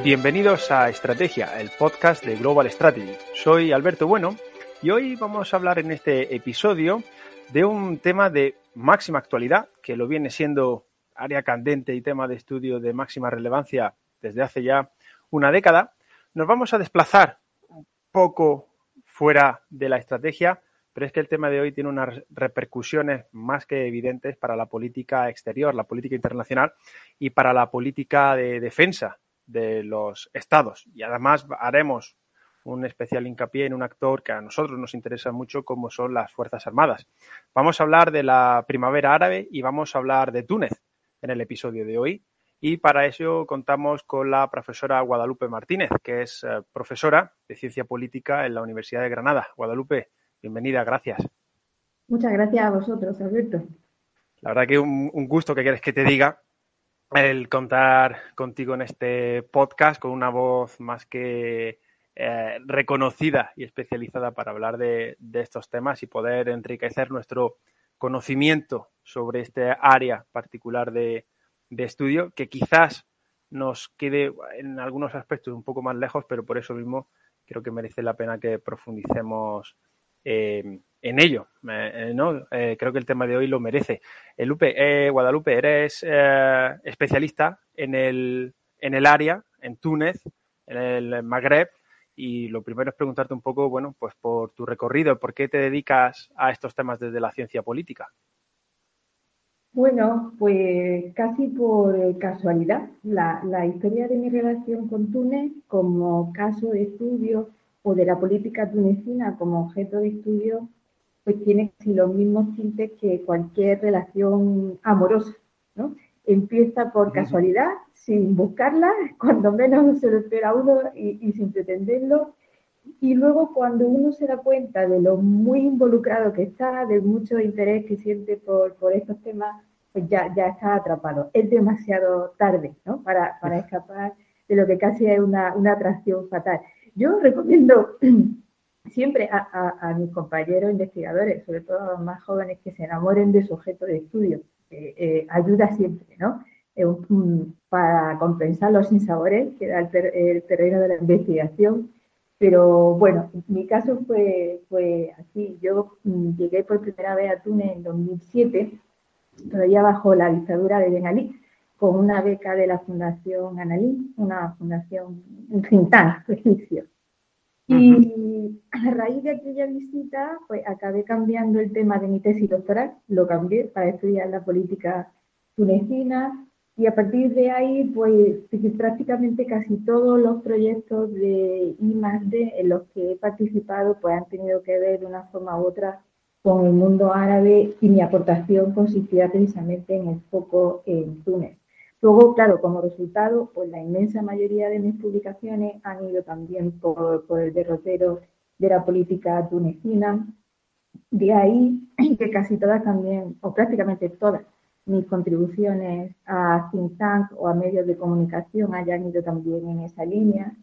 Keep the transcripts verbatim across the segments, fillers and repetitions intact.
Bienvenidos a Estrategia, el podcast de Global Strategy. Soy Alberto Bueno y hoy vamos a hablar en este episodio de un tema de máxima actualidad, que lo viene siendo área candente y tema de estudio de máxima relevancia desde hace ya una década. Nos vamos a desplazar un poco fuera de la estrategia, pero es que el tema de hoy tiene unas repercusiones más que evidentes para la política exterior, la política internacional y para la política de defensa de los estados. Y además haremos un especial hincapié en un actor que a nosotros nos interesa mucho, como son las Fuerzas Armadas. Vamos a hablar de la primavera árabe y vamos a hablar de Túnez en el episodio de hoy. Y para eso contamos con la profesora Guadalupe Martínez, que es eh, profesora de Ciencia Política en la Universidad de Granada. Guadalupe, bienvenida, gracias. Muchas gracias a vosotros, Alberto. La verdad que un, un gusto, que quieres que te diga, el contar contigo en este podcast con una voz más que eh, reconocida y especializada para hablar de, de estos temas y poder enriquecer nuestro conocimiento sobre este área particular de, de estudio, que quizás nos quede en algunos aspectos un poco más lejos, pero por eso mismo creo que merece la pena que profundicemos eh, en ello, eh, ¿no? Eh, creo que el tema de hoy lo merece. Eh, Lupe, eh, Guadalupe, eres eh, especialista en el, en el área, en Túnez, en el Magreb, y lo primero es preguntarte un poco, bueno, pues por tu recorrido, ¿por qué te dedicas a estos temas desde la ciencia política? Bueno, pues casi por casualidad. La, la historia de mi relación con Túnez como caso de estudio o de la política tunecina como objeto de estudio, pues tiene casi los mismos tintes que cualquier relación amorosa, ¿no? Empieza por casualidad, sin buscarla, cuando menos se lo espera uno y, y sin pretenderlo. Y luego cuando uno se da cuenta de lo muy involucrado que está, del mucho interés que siente por, por estos temas, pues ya, ya está atrapado. Es demasiado tarde, ¿no? Para, para escapar de lo que casi es una, una atracción fatal. Yo recomiendo siempre a, a, a mis compañeros investigadores, sobre todo a los más jóvenes, que se enamoren de su objeto de estudio. Eh, eh, ayuda siempre, ¿no? Eh, um, para compensar los sinsabores que da el, ter el terreno de la investigación. Pero bueno, mi caso fue, fue así. Yo mmm, llegué por primera vez a Túnez en dos mil siete, todavía bajo la dictadura de Ben Ali, con una beca de la Fundación Analín, una fundación, un think tank egipcio. Y a raíz de aquella visita, pues acabé cambiando el tema de mi tesis doctoral, lo cambié para estudiar la política tunecina. Y a partir de ahí, pues prácticamente casi todos los proyectos de I más D en los que he participado, pues han tenido que ver de una forma u otra con el mundo árabe, y mi aportación consistía precisamente en el foco en Túnez. Luego, claro, como resultado, pues la inmensa mayoría de mis publicaciones han ido también por, por el derrotero de la política tunecina. De ahí que casi todas también, o prácticamente todas, mis contribuciones a think tank o a medios de comunicación hayan ido también en esa línea.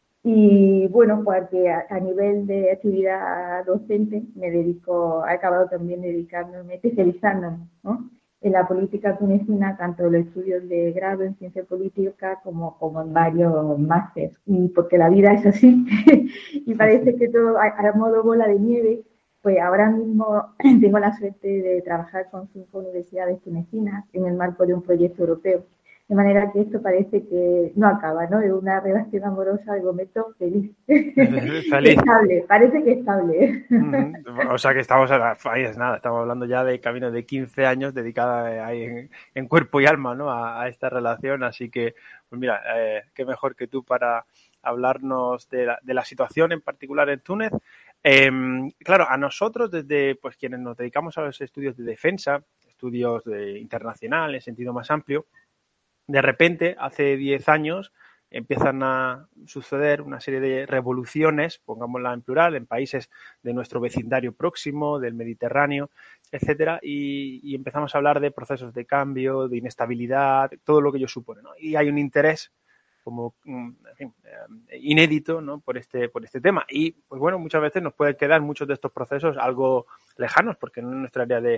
Y bueno, porque a, a nivel de actividad docente me dedico, he acabado también dedicándome, especializándome, ¿no?, en la política tunecina, tanto en los estudios de grado en ciencia política como, como en varios másteres. Y porque la vida es así y parece que todo a, a modo bola de nieve. Pues ahora mismo tengo la suerte de trabajar con cinco universidades tunecinas en el marco de un proyecto europeo. De manera que esto parece que no acaba, ¿no? Es una relación amorosa de momento feliz. Feliz. Estable, parece que estable. Uh-huh. O sea que estamos, ahí es nada, estamos hablando ya de camino de quince años dedicada ahí en, en cuerpo y alma, ¿no?, a, a esta relación. Así que, pues mira, eh, qué mejor que tú para hablarnos de la, de la situación en particular en Túnez. Eh, claro, a nosotros, desde pues quienes nos dedicamos a los estudios de defensa, estudios de internacional en sentido más amplio, de repente, hace diez años, empiezan a suceder una serie de revoluciones, pongámosla en plural, en países de nuestro vecindario próximo, del Mediterráneo, etcétera, y, y empezamos a hablar de procesos de cambio, de inestabilidad, todo lo que ello supone, ¿no? Y hay un interés como, en fin, eh, inédito, ¿no?, por este, por este tema. Y, pues bueno, muchas veces nos pueden quedar muchos de estos procesos algo lejanos, porque no es nuestra área de,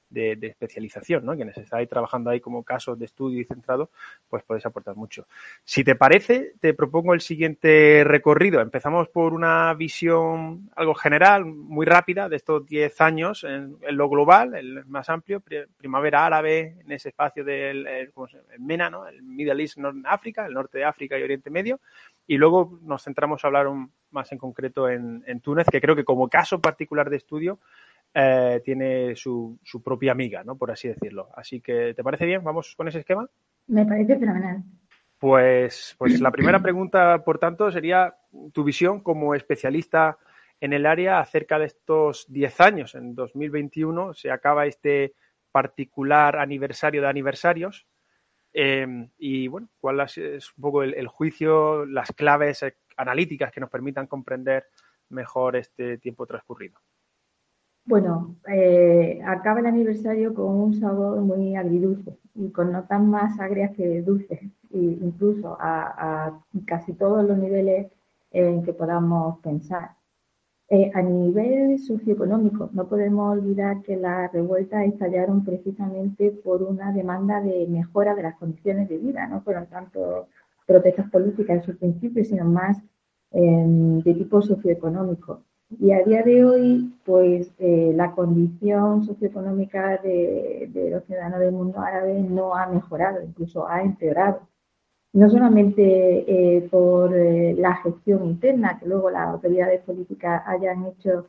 de, de especialización, ¿no? Quienes estáis trabajando ahí como casos de estudio y centrado, pues podéis aportar mucho. Si te parece, te propongo el siguiente recorrido. Empezamos por una visión algo general, muy rápida, de estos diez años en, en lo global, el más amplio, primavera árabe, en ese espacio del el, ¿cómo se llama? El MENA, ¿no? El Middle East, North África, el norte de África y Oriente Medio, y luego nos centramos a hablar un, más en concreto en, en Túnez, que creo que como caso particular de estudio eh, tiene su, su propia amiga, ¿no? Por así decirlo. Así que, ¿te parece bien? ¿Vamos con ese esquema? Me parece fenomenal. Pues, pues la primera pregunta, por tanto, sería tu visión como especialista en el área acerca de estos diez años. En dos mil veintiuno se acaba este particular aniversario de aniversarios. Eh, y bueno, ¿cuál es un poco el, el juicio, las claves analíticas que nos permitan comprender mejor este tiempo transcurrido? Bueno, eh, acaba el aniversario con un sabor muy agridulce y con notas más agrias que dulces, e incluso a, a casi todos los niveles en que podamos pensar. Eh, a nivel socioeconómico, no podemos olvidar que las revueltas estallaron precisamente por una demanda de mejora de las condiciones de vida, no fueron tanto protestas políticas en su principio, sino más eh, de tipo socioeconómico. Y a día de hoy, pues eh, la condición socioeconómica de, de los ciudadanos del mundo árabe no ha mejorado, incluso ha empeorado. No solamente eh, por eh, la gestión interna, que luego las autoridades políticas hayan hecho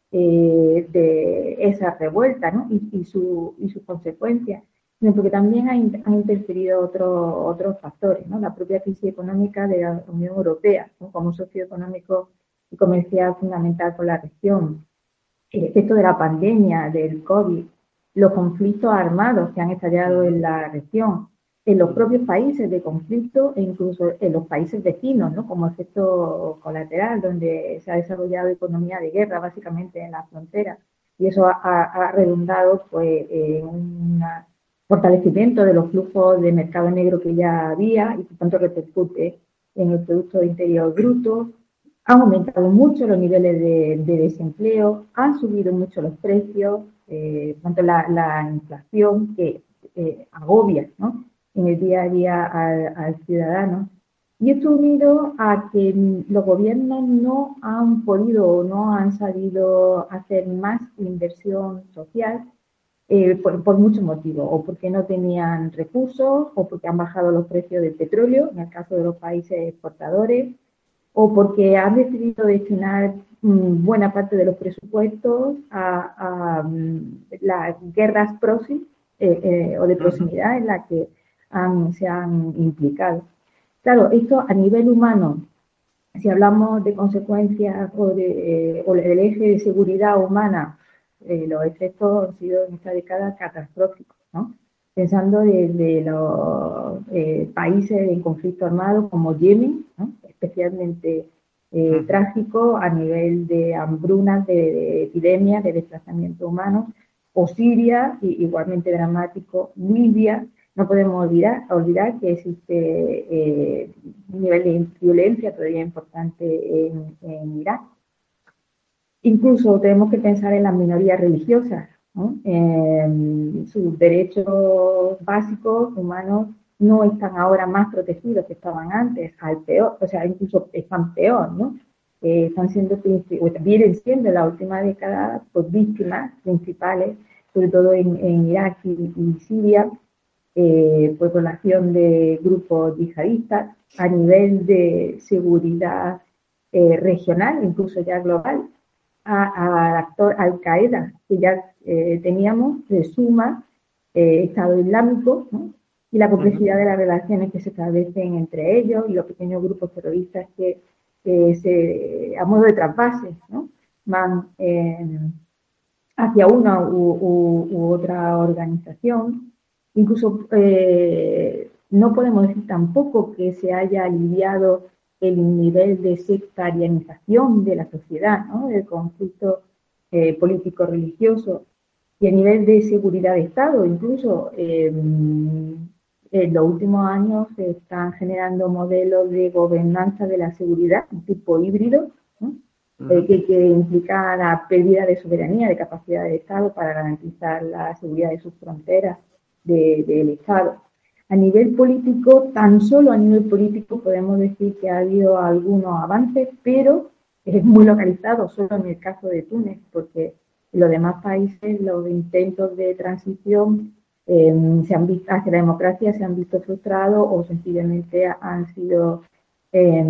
eh, de esa revuelta, ¿no? y, y, su, y sus consecuencias, sino porque también han, han interferido otros otros factores, ¿no? La propia crisis económica de la Unión Europea, ¿no? Como socio económico y comercial fundamental con la región, el efecto de la pandemia, del COVID, los conflictos armados que han estallado en la región, en los propios países de conflicto e incluso en los países vecinos, ¿no? Como efecto colateral, donde se ha desarrollado economía de guerra básicamente en la frontera, y eso ha, ha redundado pues, en un fortalecimiento de los flujos de mercado negro que ya había y por tanto repercute en el Producto Interior Bruto. Han aumentado mucho los niveles de, de desempleo, han subido mucho los precios, eh, tanto la, la inflación que eh, agobia, ¿no? En el día a día al, al ciudadano. Y esto unido a que los gobiernos no han podido o no han sabido hacer más inversión social eh, por, por muchos motivos, o porque no tenían recursos, o porque han bajado los precios del petróleo, en el caso de los países exportadores, o porque han decidido destinar mmm, buena parte de los presupuestos a, a um, las guerras proxy eh, eh, o de proximidad en las que han, se han implicado. Claro, esto a nivel humano, si hablamos de consecuencias o, de, eh, o del eje de seguridad humana, eh, los efectos han sido en esta década catastróficos, ¿no? Pensando desde los eh, países en conflicto armado como Yemen, ¿no? Especialmente eh, uh-huh. trágico a nivel de hambrunas, de, de epidemias, de desplazamiento humano, o Siria, y, igualmente dramático, Libia. No podemos olvidar, olvidar que existe eh, un nivel de violencia todavía importante en, en Irak. Incluso tenemos que pensar en las minorías religiosas, ¿no? Eh, sus derechos básicos humanos no están ahora más protegidos que estaban antes, al peor, o sea, incluso están peor, ¿no? Eh, están siendo, vienen siendo en la última década pues, víctimas principales, sobre todo en, en Irak y, y Siria, eh, por población de grupos yihadistas, a nivel de seguridad eh, regional, incluso ya global, al actor Al-Qaeda, que ya eh, teníamos, se suma eh, Estado Islámico, ¿no? Y la complejidad uh-huh. de las relaciones que se establecen entre ellos y los pequeños grupos terroristas que eh, se, a modo de trasvase, ¿no? van eh, hacia una u, u, u otra organización. Incluso eh, no podemos decir tampoco que se haya aliviado el nivel de sectarianización de la sociedad, ¿no? Del conflicto eh, político-religioso y a nivel de seguridad de Estado. Incluso eh, en los últimos años se están generando modelos de gobernanza de la seguridad, un tipo híbrido, ¿no? eh, que, que implica la pérdida de soberanía, de capacidad del Estado para garantizar la seguridad de sus fronteras de, del Estado. A nivel político, tan solo a nivel político podemos decir que ha habido algunos avances, pero es muy localizado, solo en el caso de Túnez, porque en los demás países los intentos de transición eh, se han visto, hacia la democracia se han visto frustrados o sencillamente han sido eh,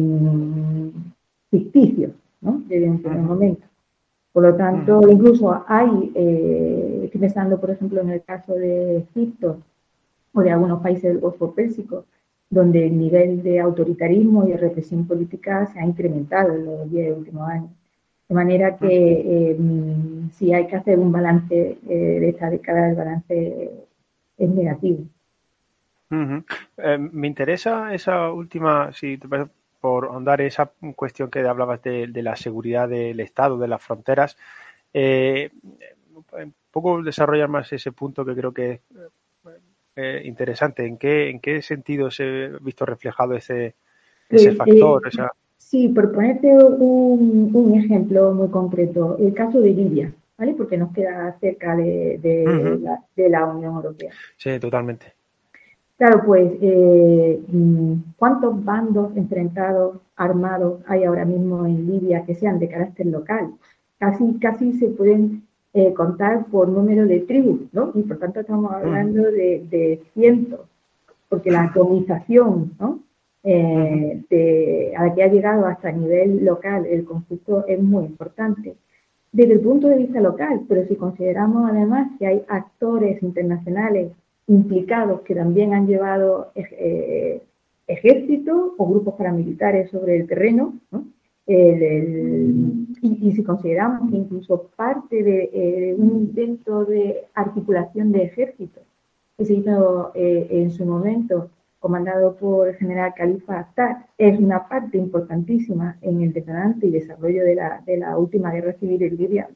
ficticios, ¿no? Desde un primer momento. Por lo tanto, uh-huh. incluso hay, eh, estoy pensando, por ejemplo, en el caso de Egipto o de algunos países del Golfo Pérsico, donde el nivel de autoritarismo y de represión política se ha incrementado en los diez últimos años. De manera que eh, si hay que hacer un balance eh, de esta década, el balance es negativo. Uh-huh. Eh, me interesa esa última, si te parece, por ahondar esa cuestión que hablabas de, de la seguridad del Estado, de las fronteras. Eh, un poco desarrollar más ese punto que creo que es eh, interesante. ¿En qué, en qué sentido se ha visto reflejado ese, ese pues, factor? Eh, esa... Sí, por ponerte un, un ejemplo muy concreto, el caso de Libia, ¿vale? Porque nos queda cerca de, de, uh-huh. la, de la Unión Europea. Sí, totalmente. Claro, pues, eh, ¿cuántos bandos enfrentados, armados hay ahora mismo en Libia que sean de carácter local? Casi, casi se pueden eh, contar por número de tribus, ¿no? Y por tanto estamos hablando uh-huh. de, de cientos, porque la atomización, ¿no? Eh, de, a la que ha llegado hasta nivel local el conflicto es muy importante. Desde el punto de vista local, pero si consideramos además que hay actores internacionales implicados que también han llevado eh, ejércitos o grupos paramilitares sobre el terreno, ¿no? el, el, y, y si consideramos que incluso parte de eh, un intento de articulación de ejércitos que se hizo eh, en su momento, comandado por el general Khalifa Haftar, es una parte importantísima en el detonante y desarrollo de la, de la última guerra civil en Libia.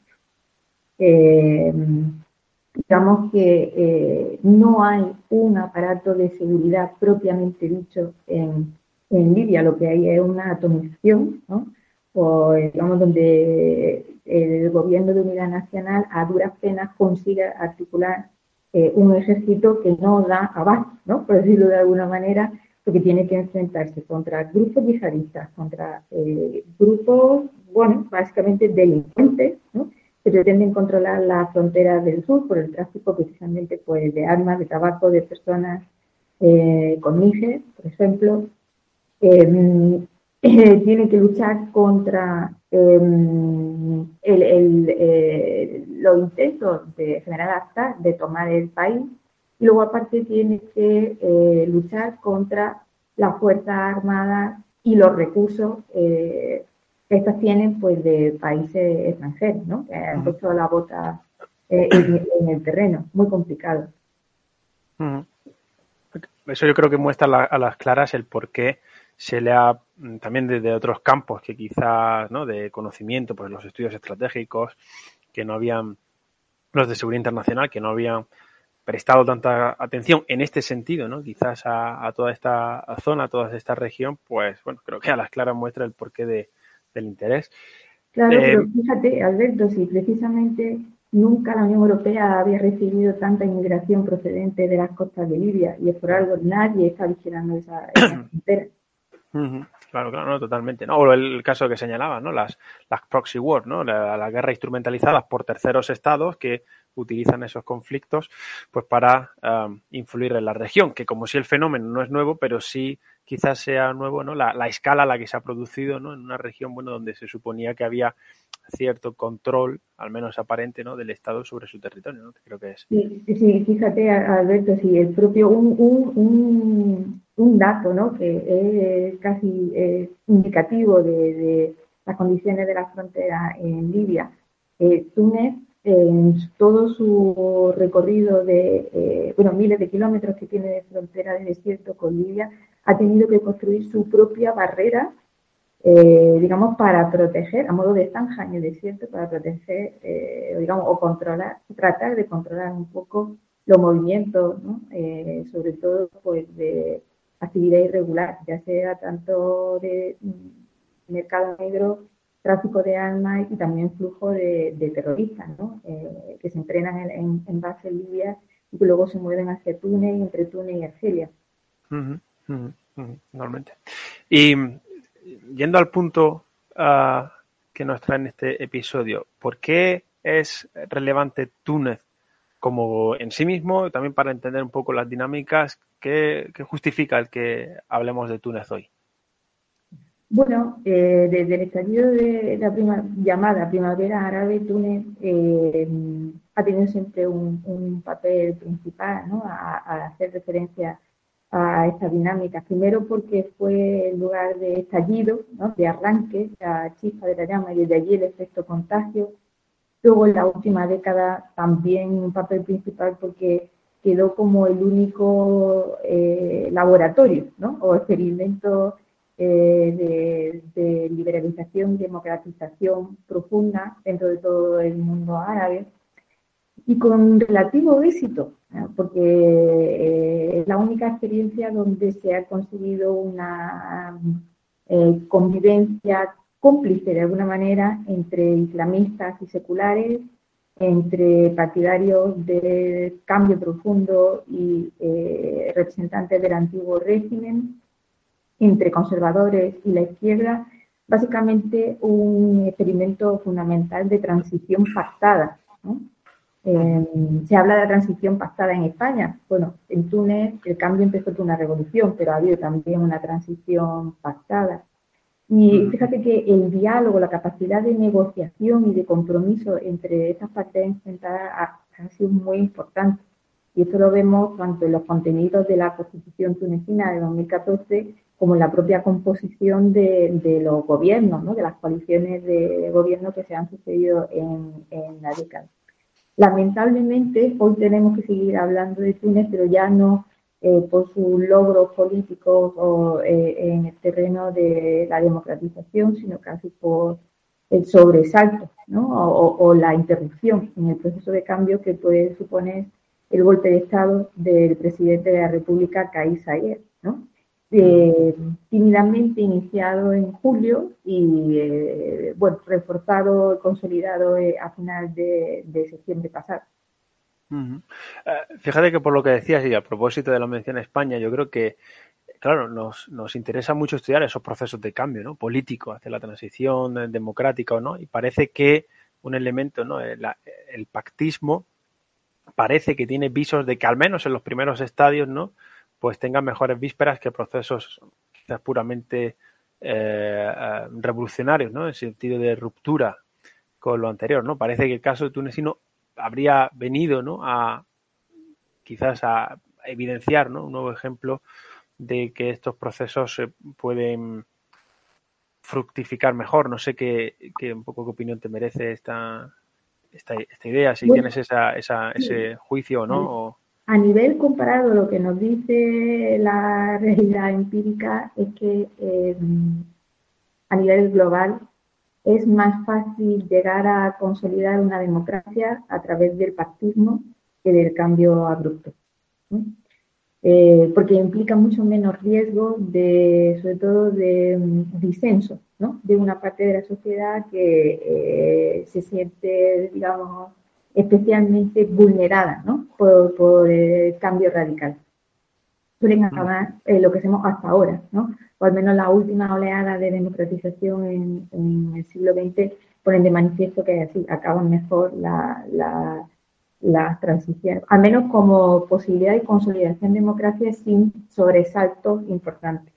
Eh, digamos que eh, no hay un aparato de seguridad propiamente dicho en, en Libia, lo que hay es una atomización, ¿no? O, digamos, donde el gobierno de unidad nacional a duras penas consigue articular eh, un ejército que no da abasto, ¿no? Por decirlo de alguna manera, porque tiene que enfrentarse contra grupos yihadistas, contra eh, grupos, bueno, básicamente delincuentes, ¿no? Que pretenden controlar las fronteras del sur por el tráfico precisamente pues, de armas, de tabaco, de personas eh, con Níger, por ejemplo. Eh, eh, tiene que luchar contra eh, el, el, eh, los intentos de General Haftar de tomar el país y luego aparte tiene que eh, luchar contra las fuerzas armadas y los recursos eh, que estas tienen pues de países extranjeros, ¿no? Que han puesto la bota eh, en, en el terreno, muy complicado. Uh-huh. Eso yo creo que muestra la, a las claras el por qué se le ha, también desde otros campos que quizás, ¿no? De conocimiento, pues los estudios estratégicos, que no habían, los de seguridad internacional, que no habían prestado tanta atención en este sentido, ¿no? Quizás a, a toda esta zona, a toda esta región, pues bueno, creo que a las claras muestra el porqué de, del interés. Claro, eh, pero fíjate, Alberto, si precisamente nunca la Unión Europea había recibido tanta inmigración procedente de las costas de Libia y es por algo nadie está vigilando esa, esa frontera. Uh-huh. Claro, claro, no, totalmente. ¿No? O el caso que señalaba, ¿no? Las, las proxy wars, ¿no? La, la guerra instrumentalizadas por terceros estados que utilizan esos conflictos pues para um, influir en la región, que como si el fenómeno no es nuevo, pero sí quizás sea nuevo, ¿no? La, la escala a la que se ha producido, ¿no? En una región, bueno, donde se suponía que había cierto control, al menos aparente, ¿no? Del Estado sobre su territorio, ¿no? Creo que es. Sí, sí, fíjate, Alberto, sí, el propio, un, un, un, un dato, ¿no? Que es casi eh, indicativo de, de las condiciones de la frontera en Libia. Eh, Túnez, en todo su recorrido de, eh, bueno, miles de kilómetros que tiene de frontera de desierto con Libia, ha tenido que construir su propia barrera, eh, digamos, para proteger, a modo de zanja en el desierto, para proteger, eh, digamos, o controlar, tratar de controlar un poco los movimientos, ¿no? Eh, sobre todo, pues, de actividad irregular, ya sea tanto de mercado negro, tráfico de armas y también flujo de, de terroristas, ¿no? Eh, que se entrenan en, en, en bases libias y que luego se mueven hacia Túnez y entre Túnez y Argelia. Uh-huh, uh-huh, uh-huh, normalmente. Y yendo al punto uh, que nos trae en este episodio, ¿por qué es relevante Túnez como en sí mismo, también para entender un poco las dinámicas? ¿Qué, qué justifica el que hablemos de Túnez hoy? Bueno, eh, desde el estallido de la prima, llamada Primavera Árabe, Túnez eh, ha tenido siempre un, un papel principal, ¿no? a, a hacer referencia a esta dinámica. Primero porque fue el lugar de estallido, ¿no? de arranque, la chispa de la llama, y desde allí el efecto contagio. Luego en la última década también un papel principal porque quedó como el único eh, laboratorio, ¿no? o experimento eh, de, de liberalización y democratización profunda dentro de todo el mundo árabe, y con relativo éxito, ¿no? porque eh, es la única experiencia donde se ha conseguido una eh, convivencia cómplice de alguna manera entre islamistas y seculares, entre partidarios de cambio profundo y eh, representantes del antiguo régimen, entre conservadores y la izquierda, básicamente un experimento fundamental de transición pactada, ¿no? Eh, se habla de la transición pactada en España. Bueno, en Túnez el cambio empezó con una revolución, pero ha habido también una transición pactada. Y fíjate que el diálogo, la capacidad de negociación y de compromiso entre estas partes enfrentadas ha, ha sido muy importante. Y esto lo vemos tanto en los contenidos de la Constitución tunecina de dos mil catorce como en la propia composición de, de los gobiernos, ¿no? de las coaliciones de gobierno que se han sucedido en, en la década. Lamentablemente, hoy tenemos que seguir hablando de Túnez, pero ya no eh, por sus logros políticos o eh, en el terreno de la democratización, sino casi por el sobresalto, ¿no? o, o la interrupción en el proceso de cambio que puede suponer el golpe de Estado del presidente de la República, Kais Saied, ¿no? Eh, tímidamente iniciado en julio y eh, bueno, reforzado y consolidado eh, a final de, de septiembre pasado. Uh-huh. Uh, fíjate que por lo que decías y a propósito de la mención a España, yo creo que, claro, nos, nos interesa mucho estudiar esos procesos de cambio, ¿no? político, hacia la transición democrática, ¿no? Y parece que un elemento, ¿no? el, el pactismo parece que tiene visos de que al menos en los primeros estadios, ¿no? pues tengan mejores vísperas que procesos quizás puramente eh, eh, revolucionarios, ¿no? En sentido de ruptura con lo anterior, ¿no? Parece que el caso tunecino habría venido, ¿no? a quizás a evidenciar, ¿no? un nuevo ejemplo de que estos procesos se pueden fructificar mejor. No sé qué, qué un poco qué opinión te merece esta esta, esta idea, si bueno, tienes esa, esa, ese juicio o no. O... A nivel comparado, lo que nos dice la realidad empírica es que eh, a nivel global es más fácil llegar a consolidar una democracia a través del pactismo que del cambio abrupto, ¿no? Eh, porque implica mucho menos riesgo de, sobre todo, de um, disenso, ¿no? De una parte de la sociedad que eh, se siente, digamos, especialmente vulnerada, ¿no? por, por el cambio radical. Suelen acabar eh, lo que hacemos hasta ahora, ¿no? O al menos la última oleada de democratización en, en el siglo veinte ponen de manifiesto que así acaban mejor la, la, las transiciones, al menos como posibilidad de consolidación de democracia sin sobresaltos importantes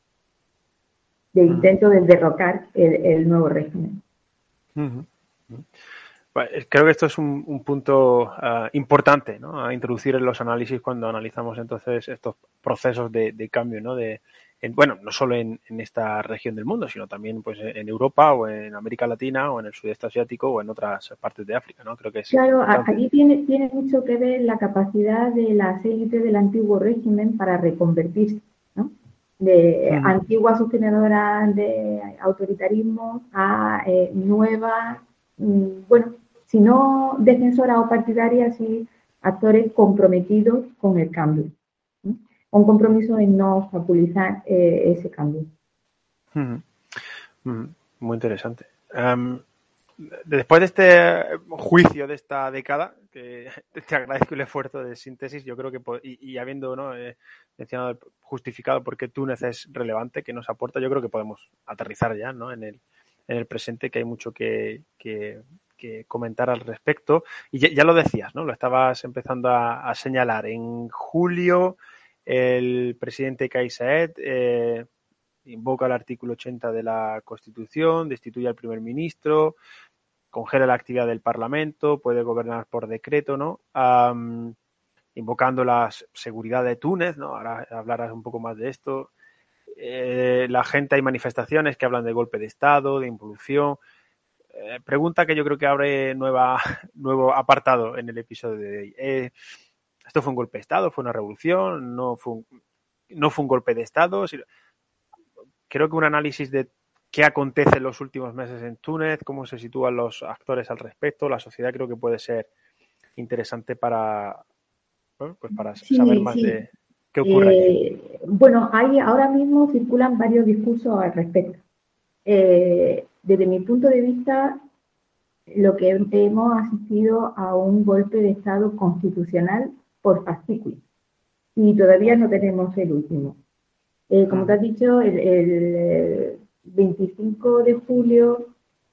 de intento de derrocar el, el nuevo régimen. Uh-huh. Uh-huh. Creo que esto es un, un punto uh, importante, ¿no? A introducir en los análisis cuando analizamos entonces estos procesos de, de cambio, ¿no? De, en, bueno, no solo en, en esta región del mundo, sino también pues en Europa o en América Latina o en el sudeste asiático o en otras partes de África, ¿no? Creo que es claro, importante. aquí tiene, tiene mucho que ver la capacidad de las élites del antiguo régimen para reconvertirse, ¿no? De uh-huh. antiguas sostenedoras de autoritarismo a eh, nuevas, mmm, bueno, si no defensoras o partidarias, sí actores comprometidos con el cambio, ¿no? Un compromiso en no obstaculizar eh, ese cambio. Uh-huh. Uh-huh. Muy interesante. Um, después de este juicio de esta década, que te agradezco el esfuerzo de síntesis, yo creo que, y, y habiendo ¿no? eh, mencionado, justificado por qué Túnez es relevante, que nos aporta, yo creo que podemos aterrizar ya ¿no? en, el, en el presente, que hay mucho que, que, que comentar al respecto. Y ya, ya lo decías, ¿no? Lo estabas empezando a, a señalar. En julio, el presidente Kais Saied eh, invoca el artículo ochenta de la Constitución, destituye al primer ministro, congela la actividad del Parlamento, puede gobernar por decreto, ¿no? Um, invocando la seguridad de Túnez, ¿no? Ahora hablarás un poco más de esto. Eh, la gente, hay manifestaciones que hablan de golpe de Estado, de involución. Eh, pregunta que yo creo que abre nueva, nuevo apartado en el episodio de hoy. Eh, ¿Esto fue un golpe de Estado? ¿Fue una revolución? ¿No fue un, no fue un golpe de Estado? Creo que un análisis de qué acontece en los últimos meses en Túnez, cómo se sitúan los actores al respecto, la sociedad, creo que puede ser interesante para, bueno, pues para sí, saber más sí. de qué ocurre eh, allí. Bueno, hay, ahora mismo circulan varios discursos al respecto. Eh, desde mi punto de vista, lo que hemos asistido a un golpe de Estado constitucional por fascículos y todavía no tenemos el último. Eh, como te has dicho, el, el veinticinco de julio,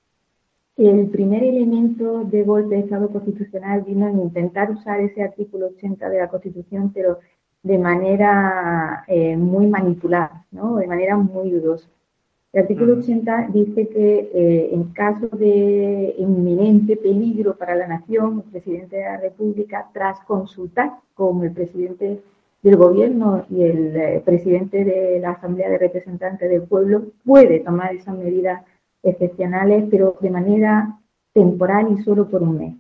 el primer elemento de golpe de Estado constitucional vino en intentar usar ese artículo ochenta de la Constitución, pero de manera eh, muy manipulada, ¿no? De manera muy dudosa. El artículo ochenta dice que eh, en caso de inminente peligro para la nación, el presidente de la República, tras consultar con el presidente del gobierno y el eh, presidente de la Asamblea de Representantes del Pueblo, puede tomar esas medidas excepcionales, pero de manera temporal y solo por un mes.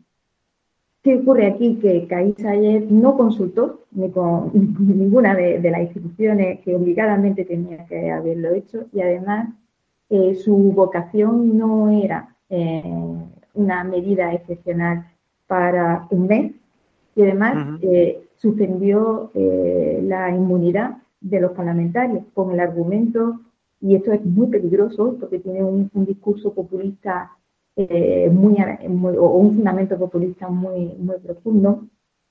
¿Qué ocurre aquí? Que Kais Saied no consultó ni con ninguna de, de las instituciones que obligadamente tenía que haberlo hecho y además eh, su vocación no era eh, una medida excepcional para un mes y además uh-huh. eh, suspendió eh, la inmunidad de los parlamentarios con el argumento, y esto es muy peligroso porque tiene un, un discurso populista Eh, muy, muy, o un fundamento populista muy, muy profundo,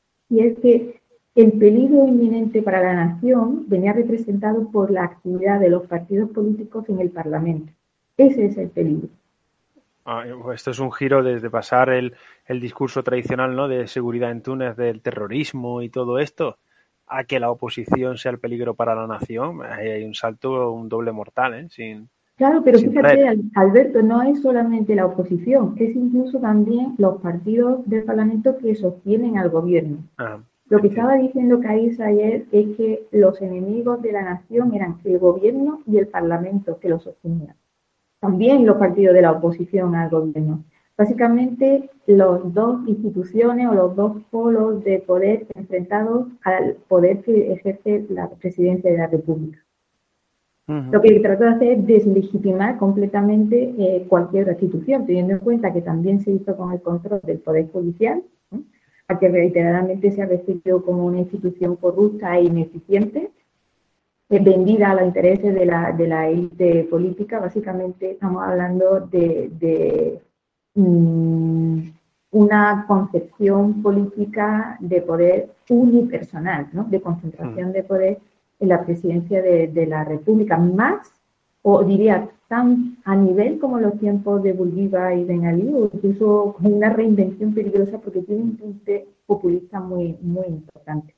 y es que el peligro inminente para la nación venía representado por la actividad de los partidos políticos en el Parlamento. Ese es el peligro. Ah, esto es un giro desde pasar el, el discurso tradicional, ¿no?, de seguridad en Túnez, del terrorismo y todo esto, a que la oposición sea el peligro para la nación. Ahí hay un salto, un doble mortal, ¿eh? Sin... Claro, pero fíjate, Alberto, no es solamente la oposición, es incluso también los partidos del Parlamento que sostienen al gobierno. Ah, Lo que estaba diciendo Kais ayer es que los enemigos de la nación eran el gobierno y el Parlamento que lo sostenían. También los partidos de la oposición al gobierno. Básicamente, las dos instituciones o los dos polos de poder enfrentados al poder que ejerce la presidencia de la República. Uh-huh. Lo que trató de hacer es deslegitimar completamente eh, cualquier institución, teniendo en cuenta que también se hizo con el control del poder policial, ¿no?, a que reiteradamente se ha referido como una institución corrupta e ineficiente, eh, vendida a los intereses de la, de la élite política. Básicamente estamos hablando de, de mmm, una concepción política de poder unipersonal, ¿no?, de concentración uh-huh. de poder en la presidencia de, de la República, más, o diría, tan a nivel como los tiempos de Bourguiba y Ben Ali, o incluso con una reinvención peligrosa porque tiene un tinte populista muy, muy importante.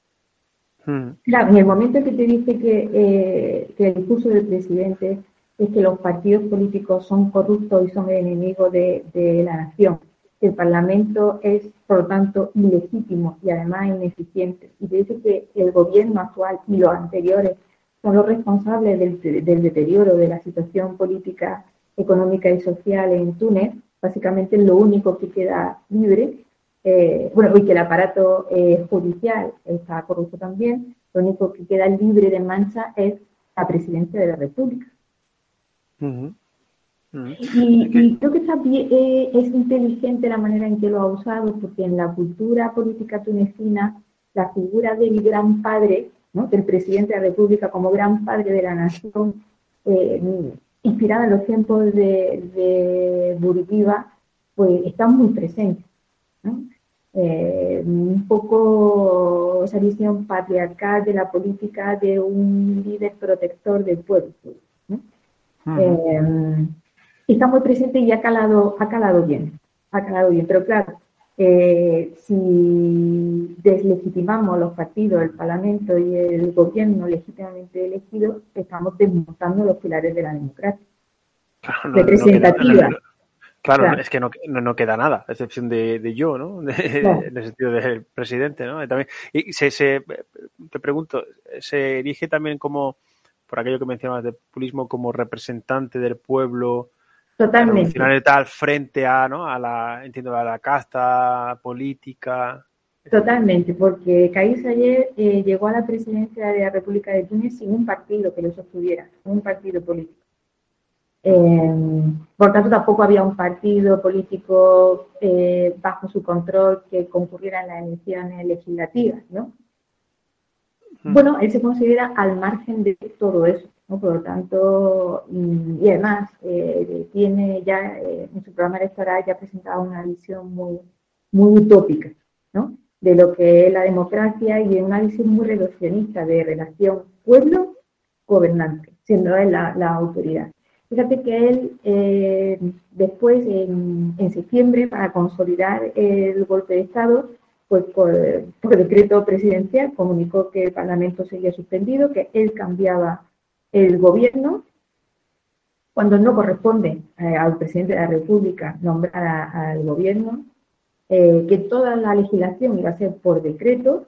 Hmm. Claro, en el momento en que te dice que, eh, que el discurso del presidente es que los partidos políticos son corruptos y son enemigos de, de la nación, el Parlamento es, por lo tanto, ilegítimo y además ineficiente, y dice que el gobierno actual y los anteriores son los responsables del, del deterioro de la situación política, económica y social en Túnez, básicamente lo único que queda libre, eh, bueno, y que el aparato eh, judicial está corrupto también, lo único que queda libre de mancha es la presidencia de la República. Uh-huh. Y, y creo que está bien, eh, es inteligente la manera en que lo ha usado, porque en la cultura política tunecina la figura del gran padre, ¿no?, del presidente de la República como gran padre de la nación, eh, inspirada en los tiempos de, de Burguiba, pues están muy presentes, ¿no? Eh, un poco esa visión patriarcal de la política de un líder protector del pueblo, ¿no? Uh-huh. Eh, está muy presente y ha calado, ha calado bien, ha calado bien, pero claro, eh, si deslegitimamos los partidos, el Parlamento y el gobierno legítimamente elegido, estamos desmontando los pilares de la democracia. Claro, no, representativa. No, no, no, claro, claro. Es que no, no, no queda nada, a excepción de, de yo, ¿no? De, claro. En el sentido del presidente, ¿no? Y, también, y se, se, te pregunto, ¿se erige también como, por aquello que mencionabas de populismo, como representante del pueblo totalmente tal frente a, ¿no? A la, entiendo, a la casta política? Totalmente, porque Kais Saied eh, llegó a la presidencia de la República de Túnez sin un partido que lo sostuviera, un partido político. Eh, por tanto, tampoco había un partido político eh, bajo su control que concurriera en las elecciones legislativas, ¿no? Mm. Bueno, él se considera al margen de todo eso, ¿no? Por lo tanto, y además eh, tiene ya eh, en su programa electoral ya ha presentado una visión muy, muy utópica, ¿no? De lo que es la democracia y una visión muy reduccionista de relación pueblo-gobernante, siendo él la, la autoridad. Fíjate que él eh, después, en, en septiembre, para consolidar el golpe de Estado, pues por, por decreto presidencial comunicó que el Parlamento seguía suspendido, que él cambiaba el gobierno, cuando no corresponde eh, al presidente de la República nombrar a, al gobierno, eh, que toda la legislación iba a ser por decreto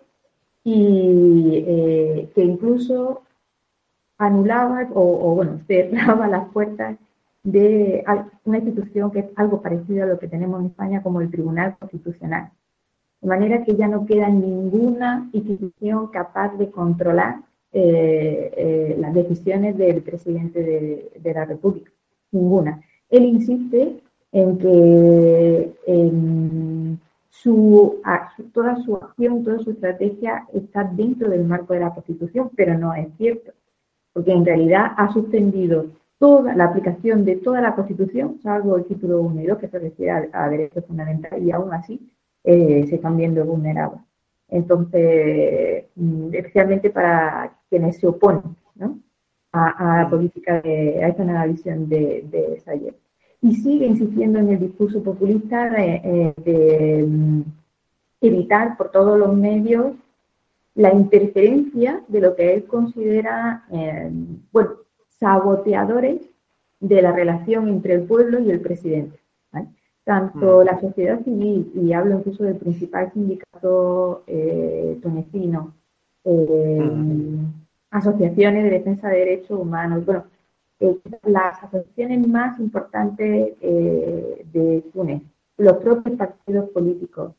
y eh, que incluso anulaba o, o, bueno, cerraba las puertas de una institución que es algo parecido a lo que tenemos en España como el Tribunal Constitucional. De manera que ya no queda ninguna institución capaz de controlar eh, eh, las decisiones del presidente de, de la República. Ninguna. Él insiste en que en su, toda su acción, toda su estrategia está dentro del marco de la Constitución, pero no es cierto. Porque en realidad ha suspendido toda la aplicación de toda la Constitución, salvo el título uno y dos, que se refiere a, a derechos fundamentales, y aún así eh, se están viendo vulnerados. Entonces, especialmente para quienes se oponen, ¿no? a, a la política, de, a esta nueva visión de, de Saied. Y sigue insistiendo en el discurso populista de, de, de evitar por todos los medios la interferencia de lo que él considera, eh, bueno, saboteadores de la relación entre el pueblo y el presidente, ¿vale? Tanto mm. la sociedad civil, y hablo incluso del principal sindicato eh, tunecino, eh, mm. asociaciones de defensa de derechos humanos, bueno, eh, las asociaciones más importantes eh, de Túnez, los propios partidos políticos,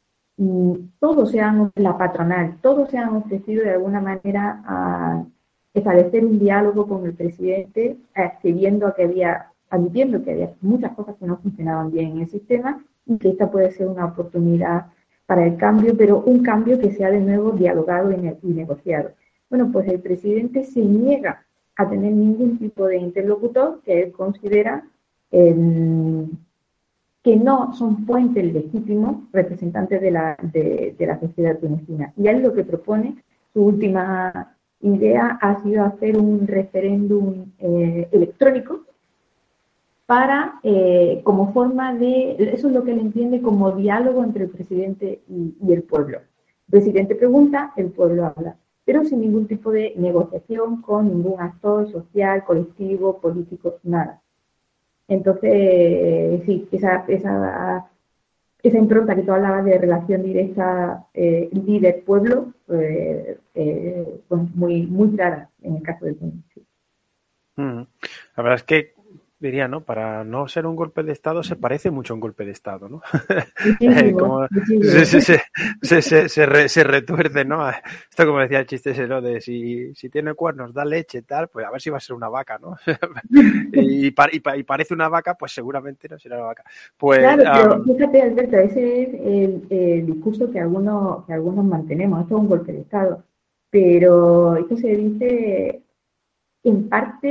todos se han, la patronal, todos se han ofrecido de alguna manera a establecer un diálogo con el presidente, accediendo a que había, admitiendo que había muchas cosas que no funcionaban bien en el sistema y que esta puede ser una oportunidad para el cambio, pero un cambio que sea de nuevo dialogado y, ne- y negociado. Bueno, pues el presidente se niega a tener ningún tipo de interlocutor que él considera eh, que no son puentes legítimos representantes de la, de, de la sociedad tunecina. Y él lo que propone, su última idea ha sido hacer un referéndum eh, electrónico para, eh, como forma de, eso es lo que él entiende como diálogo entre el presidente y, y el pueblo. El presidente pregunta, el pueblo habla, pero sin ningún tipo de negociación con ningún actor social, colectivo, político, nada. Entonces, sí, esa, esa, esa impronta que tú hablabas de relación directa eh, líder-pueblo, eh, eh, pues muy, muy clara en el caso de Túnez. Sí. Mm. La verdad es que diría, ¿no? Para no ser un golpe de Estado se parece mucho a un golpe de Estado, ¿no? eh, como se, se, se, se, se, se, re, se retuerce, ¿no? Esto como decía el chiste ese, ¿no? De si, si tiene cuernos, da leche, tal, pues a ver si va a ser una vaca, ¿no? y, y, y parece una vaca, pues seguramente no será una vaca. Pues, claro, pero um... fíjate, Alberto, ese es el, el discurso que algunos, que algunos mantenemos. Esto es un golpe de Estado. Pero esto se dice en parte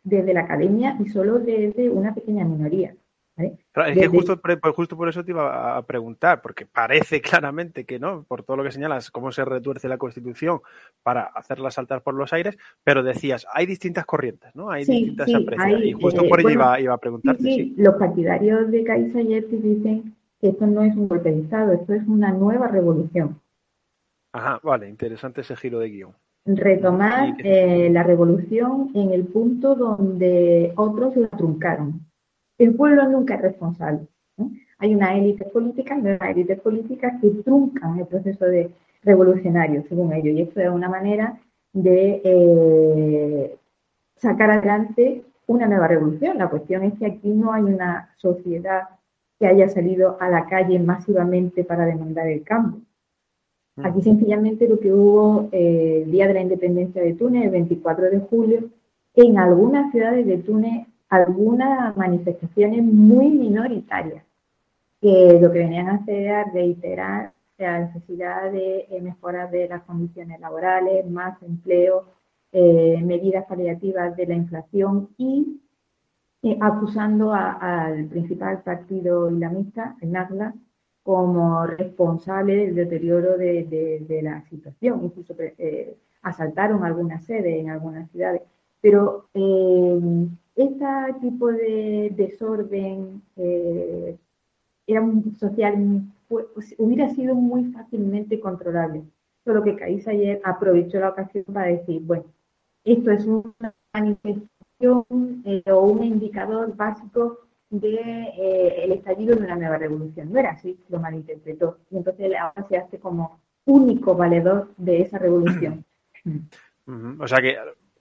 desde la academia y solo desde una pequeña minoría. ¿Vale? Claro, es Desde... que justo, pues justo por eso te iba a preguntar, porque parece claramente que no, por todo lo que señalas, cómo se retuerce la Constitución para hacerla saltar por los aires, pero decías, hay distintas corrientes, ¿no? Hay Sí, distintas sí, apreciadas. Y hay, justo eh, por ello bueno, iba, iba a sí, preguntarte, sí, sí. los partidarios de Kais Saied dicen que esto no es un golpe de Estado, esto es una nueva revolución. Ajá, vale, interesante ese giro de guión. Retomar ¿Y qué? eh, la revolución en el punto donde otros la truncaron. El pueblo nunca es responsable, ¿no? Hay una élite política y una élite política que truncan el proceso de revolucionario, según ellos, y esto es una manera de eh, sacar adelante una nueva revolución. La cuestión es que aquí no hay una sociedad que haya salido a la calle masivamente para demandar el cambio. Aquí sencillamente lo que hubo eh, el día de la independencia de Túnez, el veinticuatro de julio, en algunas ciudades de Túnez, algunas manifestaciones muy minoritarias, que lo que venían a hacer era reiterar la necesidad de eh, mejorar de las condiciones laborales, más empleo, eh, medidas paliativas de la inflación y eh, acusando a, al principal partido islamista, el Nahdla, como responsable del deterioro de, de, de la situación. Incluso eh, asaltaron algunas sedes en algunas ciudades. Pero eh, este tipo de desorden eh, era un social, pues, hubiera sido muy fácilmente controlable. Solo que Kais Saied aprovechó la ocasión para decir, bueno, esto es una manifestación eh, o un indicador básico del de, eh, estallido de una nueva revolución. No era así, lo malinterpretó. Y entonces ahora se hace como único valedor de esa revolución. Uh-huh. O sea que,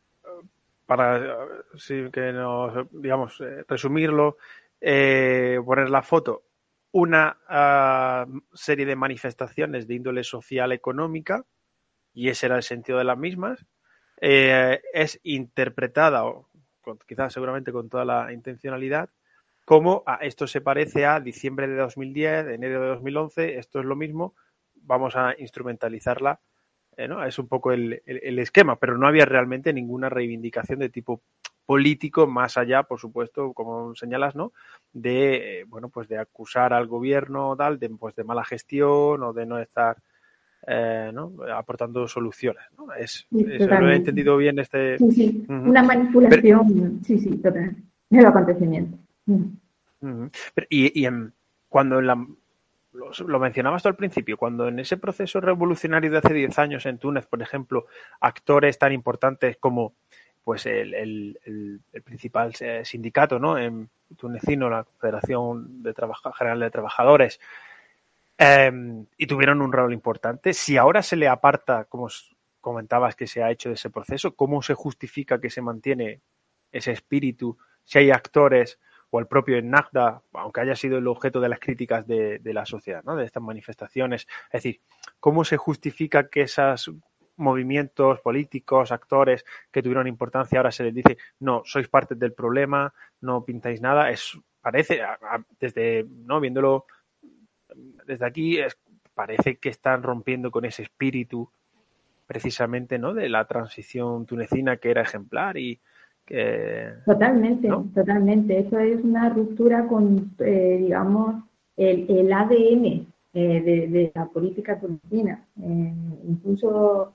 para sí, que nos, digamos, eh, resumirlo, eh, poner la foto, una uh, serie de manifestaciones de índole social económica, y ese era el sentido de las mismas, eh, es interpretada, o con, quizás seguramente con toda la intencionalidad, como a, esto se parece a diciembre de dos mil diez, enero de dos mil once, esto es lo mismo, vamos a instrumentalizarla. Eh, ¿no? Es un poco el, el, el esquema, pero no había realmente ninguna reivindicación de tipo político, más allá, por supuesto, como señalas, ¿no? De, eh, bueno, pues de acusar al gobierno tal, de, pues de mala gestión o de no estar eh, ¿no? aportando soluciones, ¿no? Es, Sí, es, lo he totalmente. entendido bien este... Sí, sí, Uh-huh. una Pero, manipulación, sí, sí, total, de los acontecimientos. Uh-huh. Uh-huh. Pero, y, y en, cuando en la... Lo, lo mencionabas tú al principio, cuando en ese proceso revolucionario de hace diez años en Túnez, por ejemplo, actores tan importantes como pues el, el, el, el principal sindicato, ¿no? En tunecino, la Federación de Trabaja, General de Trabajadores, eh, y tuvieron un rol importante, si ahora se le aparta, como comentabas que se ha hecho de ese proceso, ¿cómo se justifica que se mantiene ese espíritu? Si hay actores o el propio Ennahda, aunque haya sido el objeto de las críticas de, de la sociedad, ¿no? De estas manifestaciones. Es decir, ¿cómo se justifica que esos movimientos políticos, actores que tuvieron importancia, ahora se les dice, no, sois parte del problema, no pintáis nada? Es, parece, a, a, desde, ¿no? Viéndolo desde aquí, es, parece que están rompiendo con ese espíritu precisamente, ¿no? De la transición tunecina que era ejemplar y que, Totalmente, ¿no? totalmente. Esto es una ruptura con, eh, digamos, el, el A D N eh, de, de la política tunecina. Eh, incluso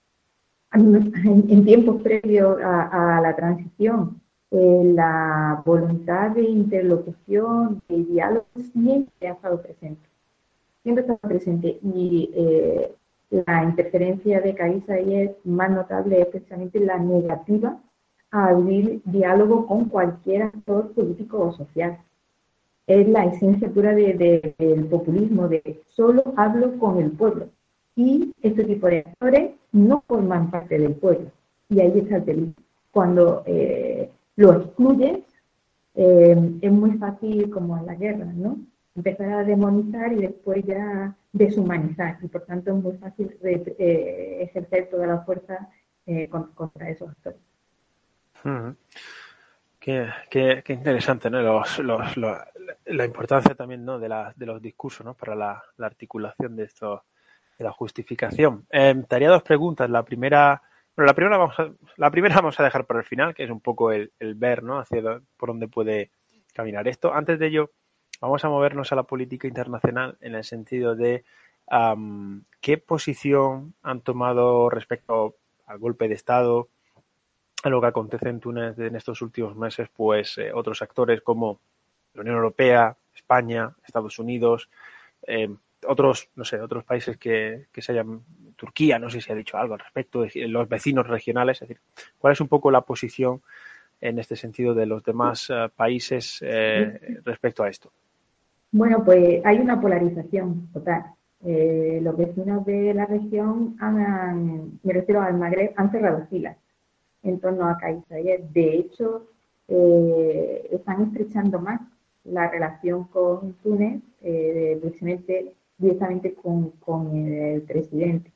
en, en tiempos previos a, a la transición, eh, la voluntad de interlocución, de diálogo, siempre ha estado presente. Siempre ha estado presente. Y eh, la interferencia de Kais Saied más notable es precisamente la negativa a abrir diálogo con cualquier actor político o social. Es la esencia pura de, de, del populismo, de solo hablo con el pueblo. Y este tipo de actores no forman parte del pueblo. Y ahí está el peligro. Cuando eh, lo excluyes, eh, es muy fácil, como en la guerra, ¿no? Empezar a demonizar y después ya deshumanizar. Y por tanto es muy fácil eh, ejercer toda la fuerza eh, contra esos actores. Uh-huh. Qué, qué, qué interesante, ¿no? Los, los, los, la importancia también, ¿no? de, la, de los discursos, ¿no? Para la, la articulación de esto, de la justificación. Eh, te haría dos preguntas. La primera, Bueno, la primera vamos a, la primera vamos a dejar para el final, que es un poco el, el ver, ¿no? Hacia do- por dónde puede caminar esto. Antes de ello, vamos a movernos a la política internacional en el sentido de am, qué posición han tomado respecto al golpe de Estado, a lo que acontece en Túnez en estos últimos meses, pues eh, otros actores como la Unión Europea, España, Estados Unidos, eh, otros, no sé, otros países que, que se hayan, Turquía, no sé si ha dicho algo al respecto, de los vecinos regionales, es decir, ¿cuál es un poco la posición en este sentido de los demás uh, países eh, respecto a esto? Bueno, pues hay una polarización total. Eh, los vecinos de la región han, me refiero al Magreb, han cerrado filas en torno a Kais Saied. De hecho, eh, están estrechando más la relación con Túnez, eh, precisamente directamente con, con el presidente.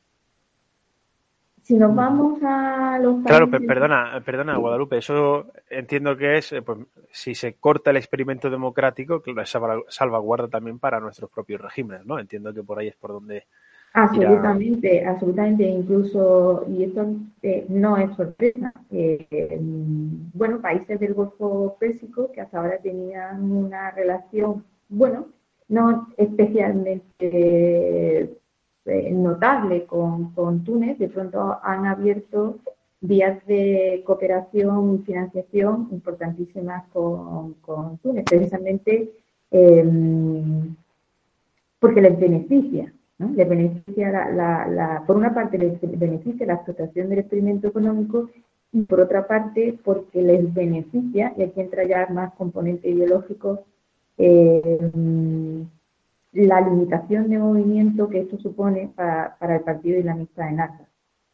Si nos vamos a los Claro, países... perdona, perdona, Guadalupe, eso entiendo que es, pues, si se corta el experimento democrático, claro, es salvaguarda también para nuestros propios regímenes, ¿no? Entiendo que por ahí es por donde irá. Absolutamente, absolutamente, incluso, y esto eh, no es sorpresa, eh, bueno, países del Golfo Pérsico que hasta ahora tenían una relación, bueno, no especialmente eh, notable con, con Túnez, de pronto han abierto vías de cooperación y financiación importantísimas con, con Túnez, precisamente eh, porque les beneficia. ¿No? Les beneficia la, la, la, por una parte les beneficia la explotación del experimento económico y por otra parte porque les beneficia, y aquí entra ya más componente ideológico, eh, la limitación de movimiento que esto supone para, para el Partido Islamista en Assad.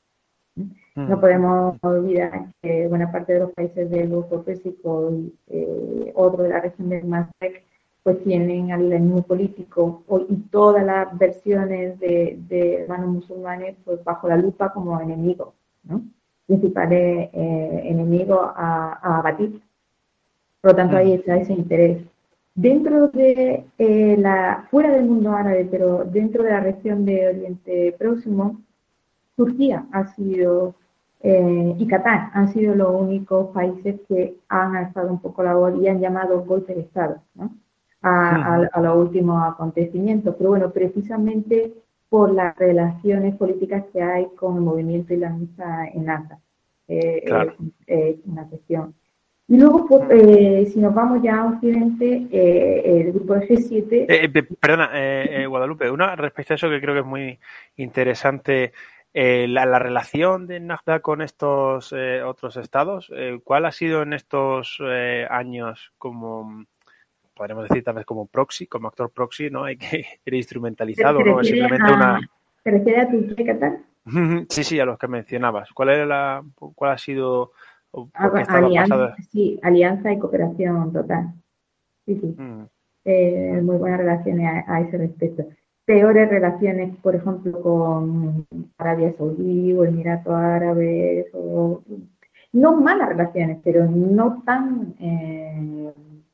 No podemos olvidar que buena parte de los países del Golfo Pérsico y eh, otro de la región del Magreb pues tienen al islamismo político y todas las versiones de, de hermanos musulmanes pues bajo la lupa como enemigos, ¿no? Principales eh, enemigos a, a abatir. Por lo tanto, ahí está ese interés. Dentro de eh, la, fuera del mundo árabe, pero dentro de la región de Oriente Próximo, Turquía ha sido eh, y Qatar han sido los únicos países que han alzado un poco la voz y han llamado golpe de Estado, ¿no? A, a, a los últimos acontecimientos. Pero bueno, precisamente por las relaciones políticas que hay con el movimiento islamista en Assad. Eh, Claro. Es eh, una cuestión. Y luego, pues, eh, si nos vamos ya a Occidente, eh, el grupo de G siete... Eh, eh, perdona, eh, eh, Guadalupe, una respecto a eso que creo que es muy interesante, eh, la, la relación de Nafta con estos eh, otros estados, eh, ¿cuál ha sido en estos eh, años como, podríamos decir tal vez como proxy, como actor proxy, ¿no? Hay que ir instrumentalizado, ¿no? Es simplemente a, una... ¿Te refieres a Turquía y Qatar? Sí, sí, a los que mencionabas. ¿Cuál era la, cuál ha sido, o por qué estado ha Alianza, pasado? sí, alianza y cooperación total. Sí, sí. Mm. Eh, muy buenas relaciones a, a ese respecto. Peores relaciones, por ejemplo, con Arabia Saudí o Emiratos Árabes, o, no malas relaciones, pero no tan, eh,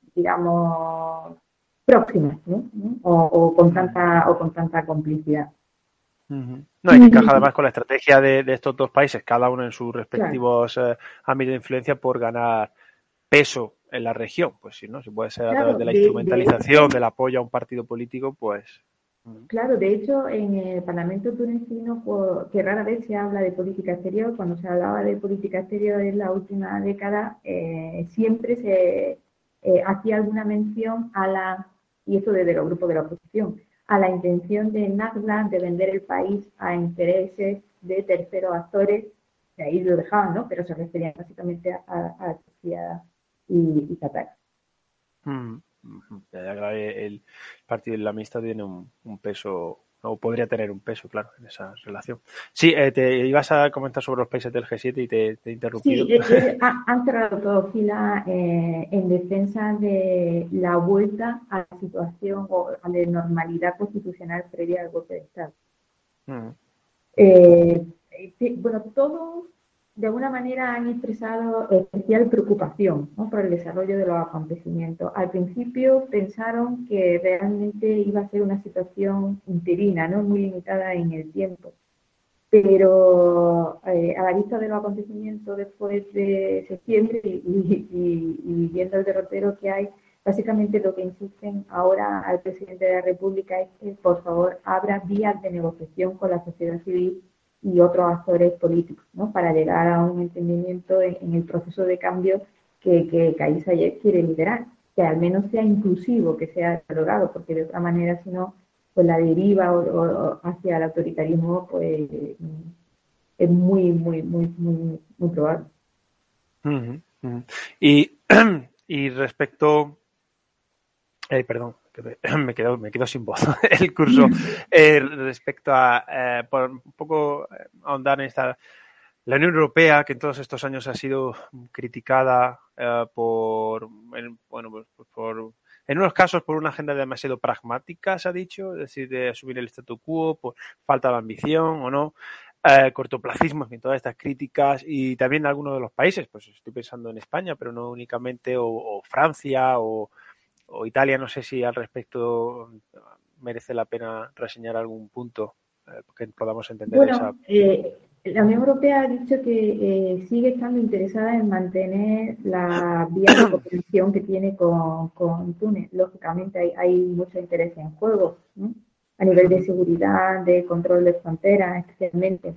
digamos, próximas, ¿no? O, o, con tanta, o con tanta complicidad. No, y que encaja además con la estrategia de, de estos dos países, cada uno en sus respectivos Claro. eh, ámbitos de influencia por ganar peso en la región. Pues sí, ¿no? Si puede ser a Claro, través de la de, de instrumentalización, hecho, del apoyo a un partido político, pues... claro, de hecho, en el Parlamento tunecino, pues, que rara vez se habla de política exterior, cuando se hablaba de política exterior en la última década, eh, siempre se eh, hacía alguna mención a la, y esto desde los grupos de la oposición, a la intención de Nakhla de vender el país a intereses de terceros actores, de ahí lo dejaban, ¿no? Pero se referían básicamente a, a Turquía y, y Qatar. Mm. El partido islamista tiene un, un peso, o podría tener un peso, claro, en esa relación. Sí, eh, te ibas a comentar sobre los países del G siete y te, te he interrumpido. Sí, eh, han cerrado todo fila eh, en defensa de la vuelta a la situación o a la normalidad constitucional previa al golpe de Estado. Mm. Eh, sí, bueno, todos de alguna manera han expresado especial preocupación, ¿no? Por el desarrollo de los acontecimientos. Al principio pensaron que realmente iba a ser una situación interina, ¿no? Muy limitada en el tiempo. Pero eh, a la vista de los acontecimientos después de septiembre y, y, y viendo el derrotero que hay, básicamente lo que insisten ahora al presidente de la República es que, por favor, abra vías de negociación con la sociedad civil y otros actores políticos, ¿no? Para llegar a un entendimiento en, en el proceso de cambio que, que Kais Saied quiere liderar, que al menos sea inclusivo, que sea dialogado, porque de otra manera, si no, pues la deriva o, o hacia el autoritarismo pues es muy, muy, muy, muy, muy probable. Uh-huh, uh-huh. Y, y respecto, eh, perdón, me quedo, me quedo sin voz el curso, eh, respecto a, eh, por un poco ahondar en esta, la Unión Europea, que en todos estos años ha sido criticada eh, por, en, bueno, pues por, en unos casos por una agenda demasiado pragmática, se ha dicho, es decir, de asumir el statu quo, por falta de ambición o no, eh, cortoplacismo, en fin, todas estas críticas, y también algunos de los países, pues estoy pensando en España, pero no únicamente, o, o Francia, o, o Italia, no sé si al respecto merece la pena reseñar algún punto eh, que podamos entender Bueno, esa. eh, la Unión Europea ha dicho que eh, sigue estando interesada en mantener la vía de cooperación que tiene con, con Túnez. Lógicamente hay, hay mucho interés en juego, ¿no? A nivel de seguridad, de control de fronteras, especialmente.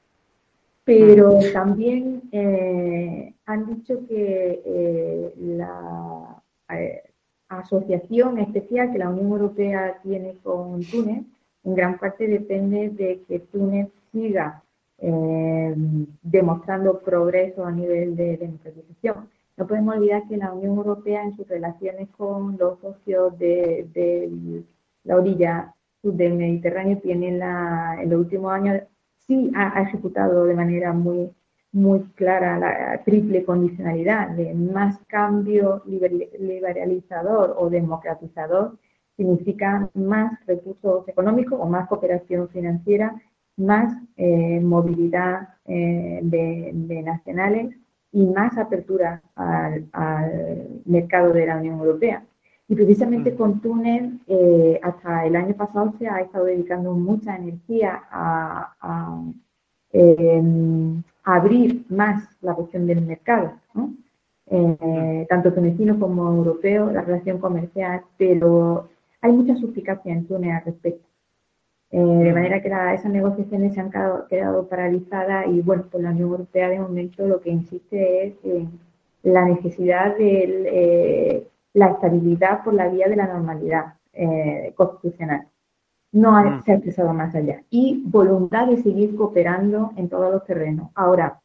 Pero también eh, han dicho que eh, la eh, asociación especial que la Unión Europea tiene con Túnez en gran parte depende de que Túnez siga eh, demostrando progreso a nivel de democratización. No podemos olvidar que la Unión Europea en sus relaciones con los socios de, de la orilla sur del Mediterráneo tiene la, en los últimos años sí ha, ha ejecutado de manera muy, muy clara la triple condicionalidad de más cambio liberalizador o democratizador significa más recursos económicos o más cooperación financiera, más eh, movilidad eh, de, de nacionales y más apertura al, al mercado de la Unión Europea. Y precisamente con Túnez, eh, hasta el año pasado se ha estado dedicando mucha energía a, a, eh, a abrir más la cuestión del mercado, ¿no? Eh, tanto tunecino como europeo, la relación comercial, pero hay mucha suspicacia en Túnez al respecto. Eh, de manera que la, esas negociaciones se han quedado, quedado paralizadas y, bueno, pues la Unión Europea de momento lo que insiste es en la necesidad de eh, la estabilidad por la vía de la normalidad eh, constitucional. No ha, se ha expresado más allá. Y voluntad de seguir cooperando en todos los terrenos. Ahora,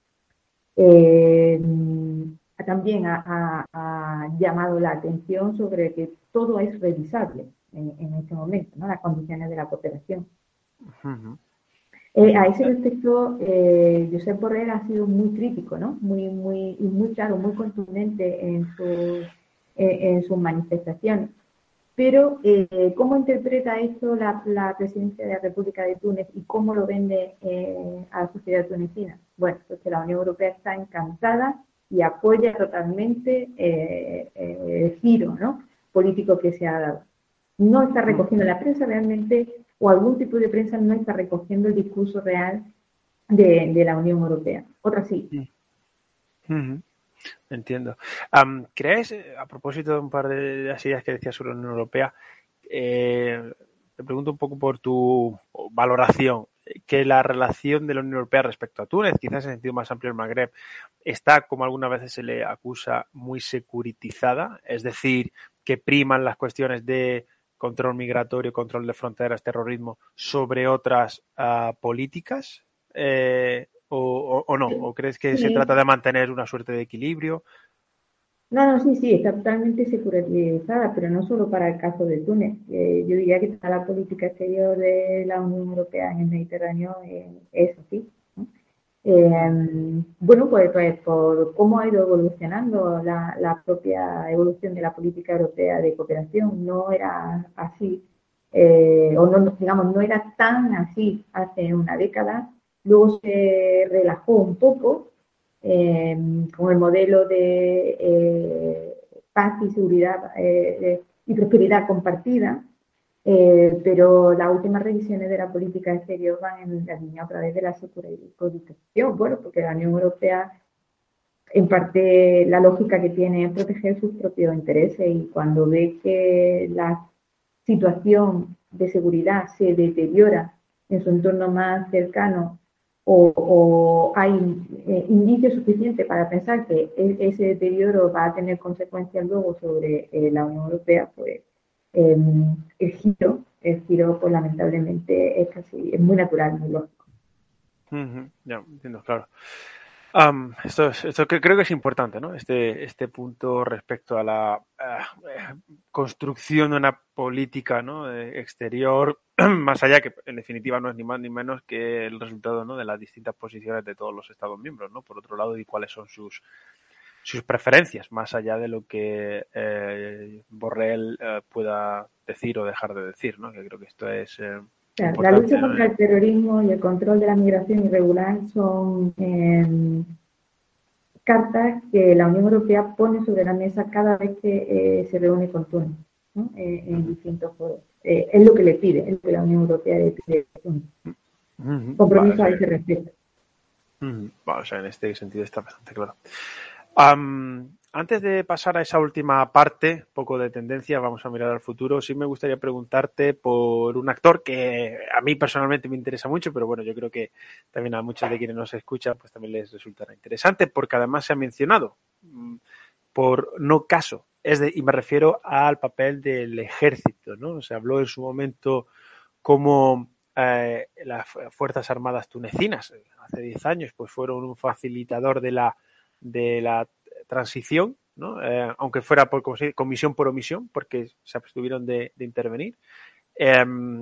eh, también ha, ha, ha llamado la atención sobre que todo es revisable en, en este momento, ¿no? Las condiciones de la cooperación. Uh-huh. Eh, a ese respecto, eh, Josep Borrell ha sido muy crítico, ¿no? Muy, muy, muy claro, muy contundente en sus, eh, en sus manifestaciones. Pero, eh, ¿cómo interpreta esto la, la presidencia de la República de Túnez y cómo lo vende eh, a la sociedad tunecina? Bueno, pues que la Unión Europea está encantada y apoya totalmente eh, eh, el giro, ¿no?, político que se ha dado. No está recogiendo la prensa realmente, o algún tipo de prensa no está recogiendo el discurso real de, de la Unión Europea. Otra sí. Uh-huh. Entiendo. Um, ¿Crees, a propósito de un par de las ideas que decías sobre la Unión Europea, eh, te pregunto un poco por tu valoración, que la relación de la Unión Europea respecto a Túnez, quizás en sentido más amplio el Magreb, está, como algunas veces se le acusa, muy securitizada? Es decir, que priman las cuestiones de control migratorio, control de fronteras, terrorismo, sobre otras uh, políticas, eh, o, o, o no, o crees que sí se trata de mantener una suerte de equilibrio. No, no, sí, sí, está totalmente secularizada, pero no solo para el caso de Túnez. Eh, yo diría que toda la política exterior de la Unión Europea en el Mediterráneo eh, es así, ¿no? Eh, bueno, pues, pues por cómo ha ido evolucionando la, la propia evolución de la política europea de cooperación, no era así, eh, o no, digamos, no era tan así hace una década. Luego se relajó un poco eh, con el modelo de eh, paz y seguridad eh, y prosperidad compartida, Eh, pero las últimas revisiones de la política exterior van en la línea otra vez de la securitización, bueno, porque la Unión Europea, en parte, la lógica que tiene es proteger sus propios intereses, y cuando ve que la situación de seguridad se deteriora en su entorno más cercano, o, o hay eh, indicios suficientes para pensar que ese deterioro va a tener consecuencias luego sobre eh, la Unión Europea, pues eh, el giro, el giro pues lamentablemente es casi, es muy natural, muy lógico. Uh-huh. Ya, entiendo, claro. Um, esto, es, esto que creo que es importante, ¿no? Este, este punto respecto a la uh, construcción de una política, ¿no?, exterior, más allá, que en definitiva no es ni más ni menos que el resultado, ¿no?, de las distintas posiciones de todos los Estados miembros, ¿no? Por otro lado, y cuáles son sus sus preferencias, más allá de lo que eh, Borrell eh, pueda decir o dejar de decir, ¿no? Que creo que esto es eh, Claro, la lucha contra el terrorismo y el control de la migración irregular son eh, cartas que la Unión Europea pone sobre la mesa cada vez que eh, se reúne con Túnez, ¿no? eh, en distintos foros. Eh, es lo que le pide, es lo que la Unión Europea le pide a Túnez. Uh-huh. Compromiso vale, a ese respecto. Uh-huh. Vale, o sea, en este sentido está bastante claro. Um, antes de pasar a esa última parte, poco de tendencia, vamos a mirar al futuro. Sí me gustaría preguntarte por un actor que a mí personalmente me interesa mucho, pero bueno, yo creo que también a muchos de quienes nos escuchan pues también les resultará interesante, porque además se ha mencionado por no caso, es de, y me refiero al papel del ejército, ¿no? Se habló en su momento como eh, las Fuerzas Armadas tunecinas, hace diez años, pues fueron un facilitador de la de la transición, ¿no? Eh, aunque fuera por comisión por omisión, porque se abstuvieron de, de intervenir. Eh,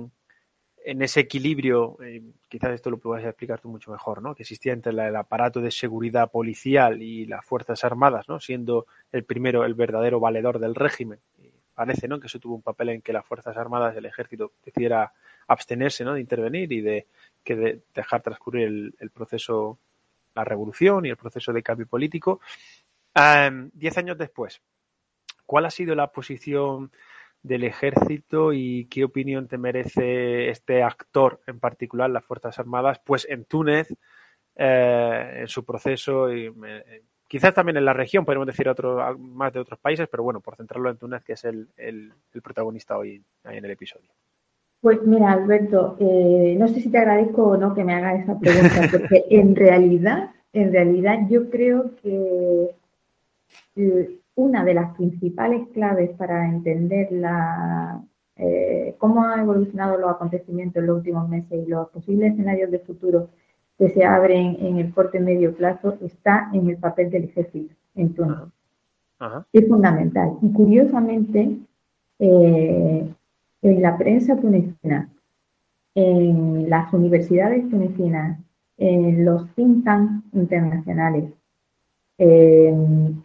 en ese equilibrio, eh, quizás esto lo puedas explicar tú mucho mejor, ¿no?, que existía entre la, el aparato de seguridad policial y las Fuerzas Armadas, ¿no?, siendo el primero el verdadero valedor del régimen. Y parece, ¿no?, que eso tuvo un papel en que las Fuerzas Armadas y el Ejército decidiera abstenerse, ¿no?, de intervenir y de, que de dejar transcurrir el, el proceso, la revolución y el proceso de cambio político. Um, diez años después, ¿cuál ha sido la posición del ejército y qué opinión te merece este actor en particular, las Fuerzas Armadas, pues en Túnez, eh, en su proceso y eh, quizás también en la región, podemos decir otro, más de otros países, pero bueno, por centrarlo en Túnez, que es el, el, el protagonista hoy en el episodio? Pues mira, Alberto, eh, no sé si te agradezco o no que me hagas esa pregunta, porque en realidad, en realidad yo creo que eh, una de las principales claves para entender la, eh, cómo han evolucionado los acontecimientos en los últimos meses y los posibles escenarios de futuro que se abren en el corto y medio plazo está en el papel del ejército en Túnez. Ajá. Ajá. Es fundamental. Y curiosamente, eh, en la prensa tunecina, en las universidades tunecinas, en los think tanks internacionales, eh,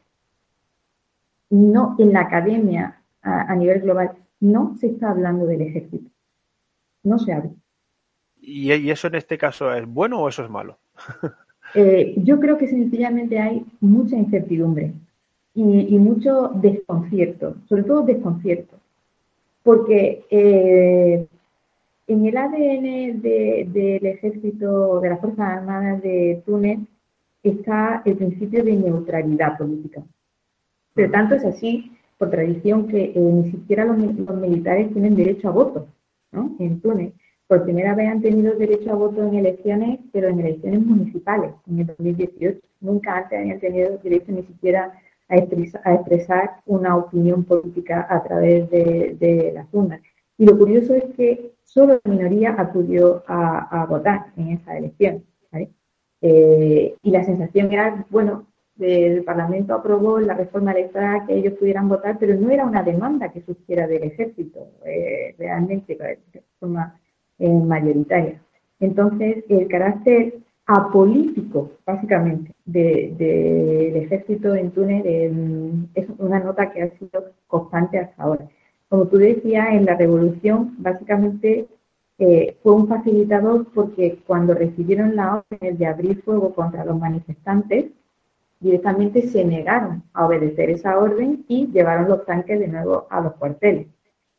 no en la academia a, a nivel global, no se está hablando del ejército. No se habla. ¿Y, y eso en este caso es bueno o eso es malo? eh, yo creo que sencillamente hay mucha incertidumbre y, y mucho desconcierto, sobre todo desconcierto. Porque eh, en el A D N de, del ejército, de las Fuerzas Armadas de Túnez, está el principio de neutralidad política. Pero tanto es así, por tradición, que eh, ni siquiera los, los militares tienen derecho a voto, ¿no?, en Túnez. Por primera vez han tenido derecho a voto en elecciones, pero en elecciones municipales, en el dos mil dieciocho. Nunca antes habían tenido derecho ni siquiera a expresar, a expresar una opinión política a través de, de las urnas. Y lo curioso es que solo la minoría acudió a, a votar en esa elección, ¿vale? Eh, y la sensación era, bueno, el Parlamento aprobó la reforma electoral, que ellos pudieran votar, pero no era una demanda que surgiera del ejército, eh, realmente, de forma eh, mayoritaria. Entonces, el carácter apolítico, básicamente, del de, de ejército en Túnez eh, es una nota que ha sido constante hasta ahora. Como tú decías, en la revolución, básicamente eh, fue un facilitador, porque cuando recibieron la orden de abrir fuego contra los manifestantes, directamente se negaron a obedecer esa orden y llevaron los tanques de nuevo a los cuarteles.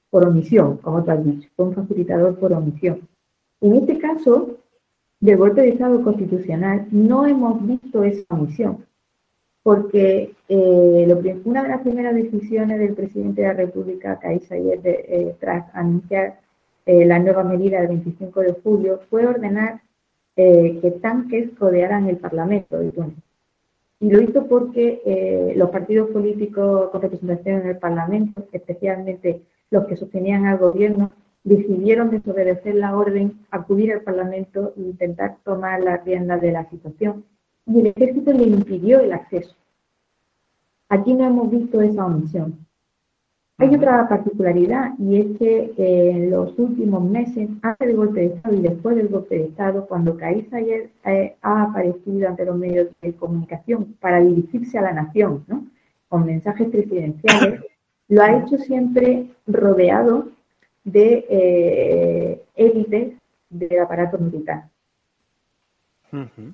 por omisión, como tú has dicho, fue un facilitador por omisión. En este caso, del golpe de Estado constitucional, no hemos visto esa omisión, porque eh, lo, una de las primeras decisiones del presidente de la República, Kais Saied, eh, tras anunciar eh, la nueva medida del veinticinco de julio, fue ordenar eh, que tanques rodearan el Parlamento de Túnez. Y lo hizo porque eh, los partidos políticos con representación en el Parlamento, especialmente los que sostenían al gobierno, decidieron desobedecer la orden, acudir al Parlamento e intentar tomar las riendas de la situación. Y el ejército le impidió el acceso. Aquí no hemos visto esa omisión. Hay otra particularidad, y es que eh, en los últimos meses, antes del golpe de Estado y después del golpe de Estado, cuando Kais Saied eh, ha aparecido ante los medios de comunicación para dirigirse a la nación, ¿no?, con mensajes presidenciales, lo ha hecho siempre rodeado de eh, élites del aparato militar. Uh-huh.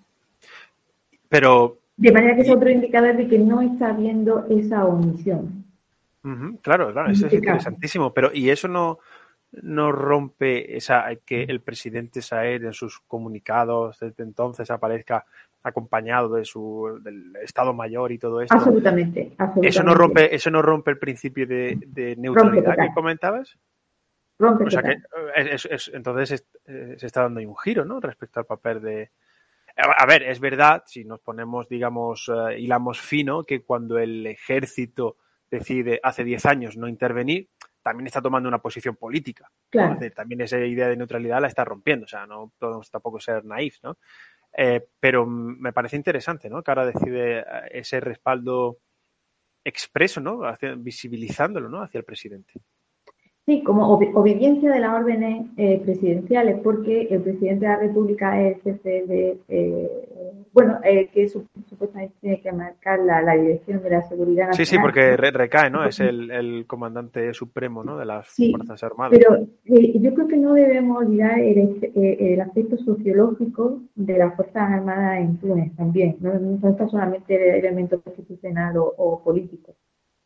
Pero... De manera que es otro indicador de que no está habiendo esa omisión. Uh-huh. Claro, claro, eso es interesantísimo, pero ¿y eso no, no rompe esa que el presidente Saied en sus comunicados desde entonces aparezca acompañado de su del Estado Mayor y todo esto? Absolutamente, absolutamente. ¿Eso no rompe, eso no rompe el principio de, de neutralidad que comentabas? Rompe o sea que es, es, entonces es, se está dando ahí un giro, ¿no?, respecto al papel de... A ver, es verdad, si nos ponemos, digamos, uh, hilamos fino, que cuando el ejército decide hace diez años no intervenir, también está tomando una posición política. Claro. ¿no? Es decir, también esa idea de neutralidad la está rompiendo, o sea, no podemos tampoco ser naif, ¿no? Eh, pero me parece interesante, ¿no?, que ahora decide ese respaldo expreso, ¿no?, hacia, visibilizándolo, ¿no?, hacia el presidente. Sí, como obediencia de las órdenes eh, presidenciales, porque el presidente de la República es el jefe de, eh, bueno, eh, que supuestamente tiene que marcar la, la dirección de la seguridad nacional. Sí, sí, porque re recae, ¿no? Es el, el comandante supremo, ¿no?, de las sí, Fuerzas Armadas. Pero eh, yo creo que no debemos olvidar el, eh, el aspecto sociológico de las Fuerzas Armadas en Túnez también. No, no está solamente el elemento constitucional o, o político.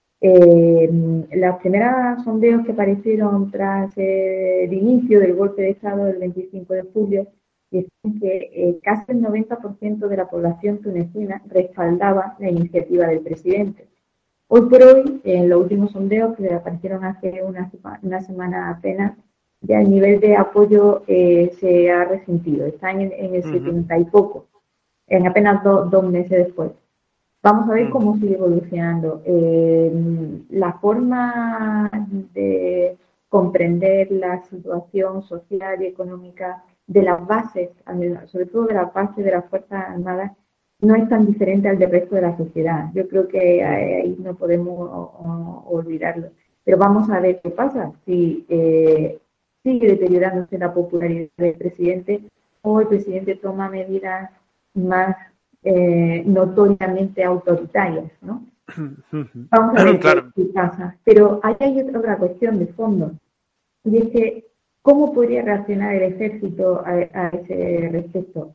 Eh, los primeros sondeos que aparecieron tras eh, el inicio del golpe de Estado del veinticinco de julio dicen que eh, casi el noventa por ciento de la población tunecina respaldaba la iniciativa del presidente. Hoy por hoy, en los últimos sondeos que aparecieron hace una, una semana apenas, ya el nivel de apoyo eh, se ha resentido, está en, en el setenta uh-huh. y poco, en apenas do, dos meses después. Vamos a ver cómo sigue evolucionando. Eh, la forma de comprender la situación social y económica de las bases, sobre todo de las bases de las Fuerzas Armadas, no es tan diferente al del resto de la sociedad. Yo creo que ahí no podemos o, o, olvidarlo. Pero vamos a ver qué pasa, si eh, sigue deteriorándose la popularidad del presidente o el presidente toma medidas más Eh, notoriamente autoritarias, ¿no? Vamos a ver claro. qué, qué pasa. Pero ahí hay otra cuestión de fondo, y es que ¿cómo podría reaccionar el ejército a, a ese respecto?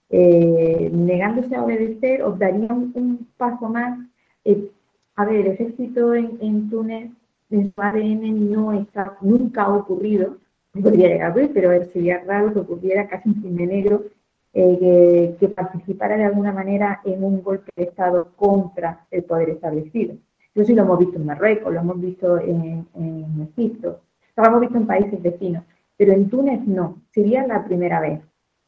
Eh, negándose a obedecer, o daría un, un paso más. Eh, a ver, el ejército en, en Túnez, en su A D N no está, nunca ha ocurrido, podría llegar a ver, pero sería raro que ocurriera casi en cine negro, Eh, que, que participara de alguna manera en un golpe de Estado contra el poder establecido. Eso sí lo hemos visto en Marruecos, lo hemos visto en, en Egipto, lo hemos visto en países vecinos, pero en Túnez no, sería la primera vez.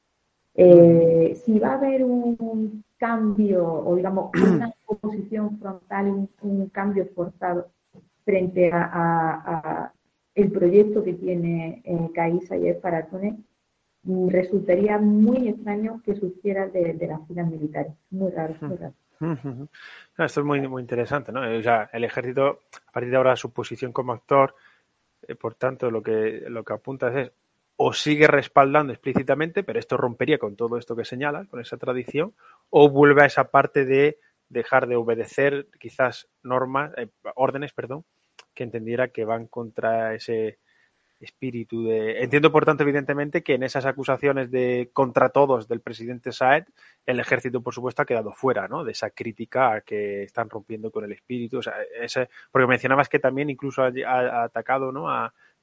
Eh, si va a haber un, un cambio, o digamos, una oposición frontal, un, un cambio forzado frente a, a, a el proyecto que tiene eh, Kais Saied para Túnez, resultaría muy extraño que surgiera de, de las filas militares. Muy raro, muy raro. No, esto es muy, muy interesante, ¿no? O sea, el ejército, a partir de ahora, su posición como actor, eh, por tanto, lo que, lo que apuntas es o sigue respaldando explícitamente, pero esto rompería con todo esto que señalas, con esa tradición, o vuelve a esa parte de dejar de obedecer quizás normas, eh, órdenes, perdón, que entendiera que van contra ese espíritu de... Entiendo, por tanto, evidentemente, que en esas acusaciones de contra todos del presidente Saied, el ejército, por supuesto, ha quedado fuera, ¿no?, de esa crítica a que están rompiendo con el espíritu. O sea, ese... porque mencionabas que también incluso ha, ha atacado, ¿no?, a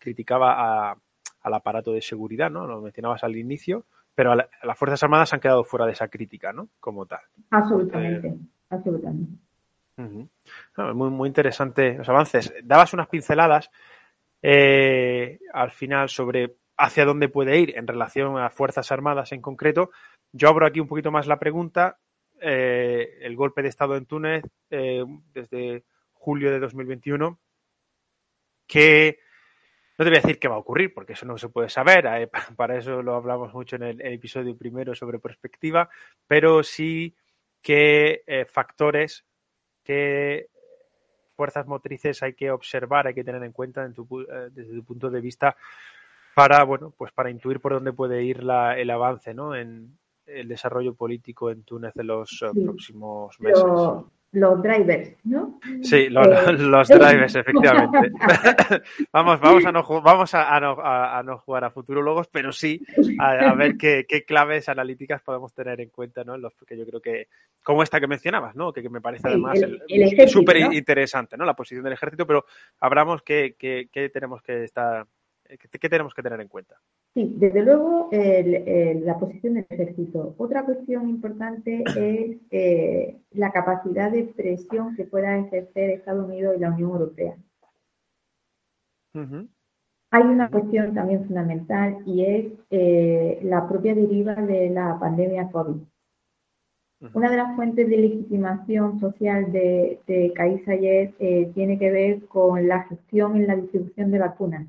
criticaba a, al aparato de seguridad, ¿no? Lo mencionabas al inicio, pero a la, a las Fuerzas Armadas han quedado fuera de esa crítica, ¿no? Como tal. Absolutamente, Usted... absolutamente. Uh-huh. No, muy, muy interesante los avances. Dabas unas pinceladas eh, al final sobre hacia dónde puede ir en relación a Fuerzas Armadas en concreto. Yo abro aquí un poquito más la pregunta. Eh, el golpe de Estado en Túnez eh, desde julio de dos mil veintiuno, que no te voy a decir qué va a ocurrir, porque eso no se puede saber, eh, para eso lo hablamos mucho en el, el episodio primero sobre perspectiva, pero sí qué eh, factores, qué fuerzas motrices hay que observar, hay que tener en cuenta en tu, eh, desde tu punto de vista para, bueno, pues para intuir por dónde puede ir la, el avance, ¿no? En el desarrollo político en Túnez en los uh, Sí. próximos meses. Los, los drivers, ¿no? Sí, lo, Eh. los drivers, efectivamente. vamos, vamos a no vamos a, a, no, a, a no jugar a futurólogos, pero sí a, a ver qué, qué claves analíticas podemos tener en cuenta, ¿no? En los que yo creo que, como esta que mencionabas, ¿no? Que, que me parece Sí, además el, el súper ¿no? interesante, ¿no? La posición del ejército, pero hablamos que, que, que tenemos que estar, que, que tenemos que tener en cuenta. Sí, desde luego el, el, la posición del ejército. Otra cuestión importante es eh, la capacidad de presión que pueda ejercer Estados Unidos y la Unión Europea. Uh-huh. Hay una uh-huh. cuestión también fundamental y es eh, la propia deriva de la pandemia COVID. Uh-huh. Una de las fuentes de legitimación social de, de Kais Saied eh, tiene que ver con la gestión en la distribución de vacunas.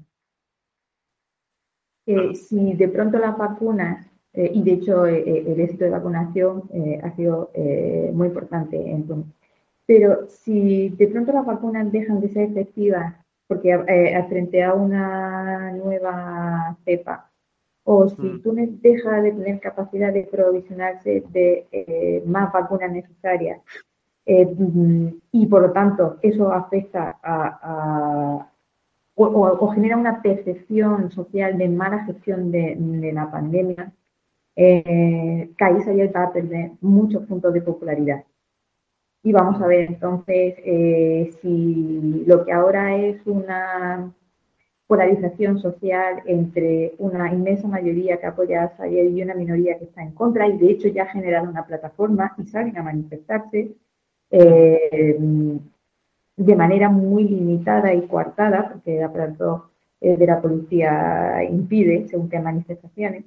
Eh, si de pronto las vacunas, eh, y de hecho eh, el éxito de vacunación eh, ha sido eh, muy importante en Túnez, pero si de pronto las vacunas dejan de ser efectivas porque eh, frente a una nueva cepa, o si mm. Túnez deja de tener capacidad de provisionarse de eh, más vacunas necesarias, eh, y por lo tanto eso afecta a, a O, o, o genera una percepción social de mala gestión de, de la pandemia, eh, Kais Saied va a perder muchos puntos de popularidad. Y vamos a ver entonces eh, si lo que ahora es una polarización social entre una inmensa mayoría que apoya a Saied y una minoría que está en contra, y de hecho ya ha generado una plataforma y salen a manifestarse, eh, de manera muy limitada y coartada, porque el aparato eh, de la policía impide según qué manifestaciones,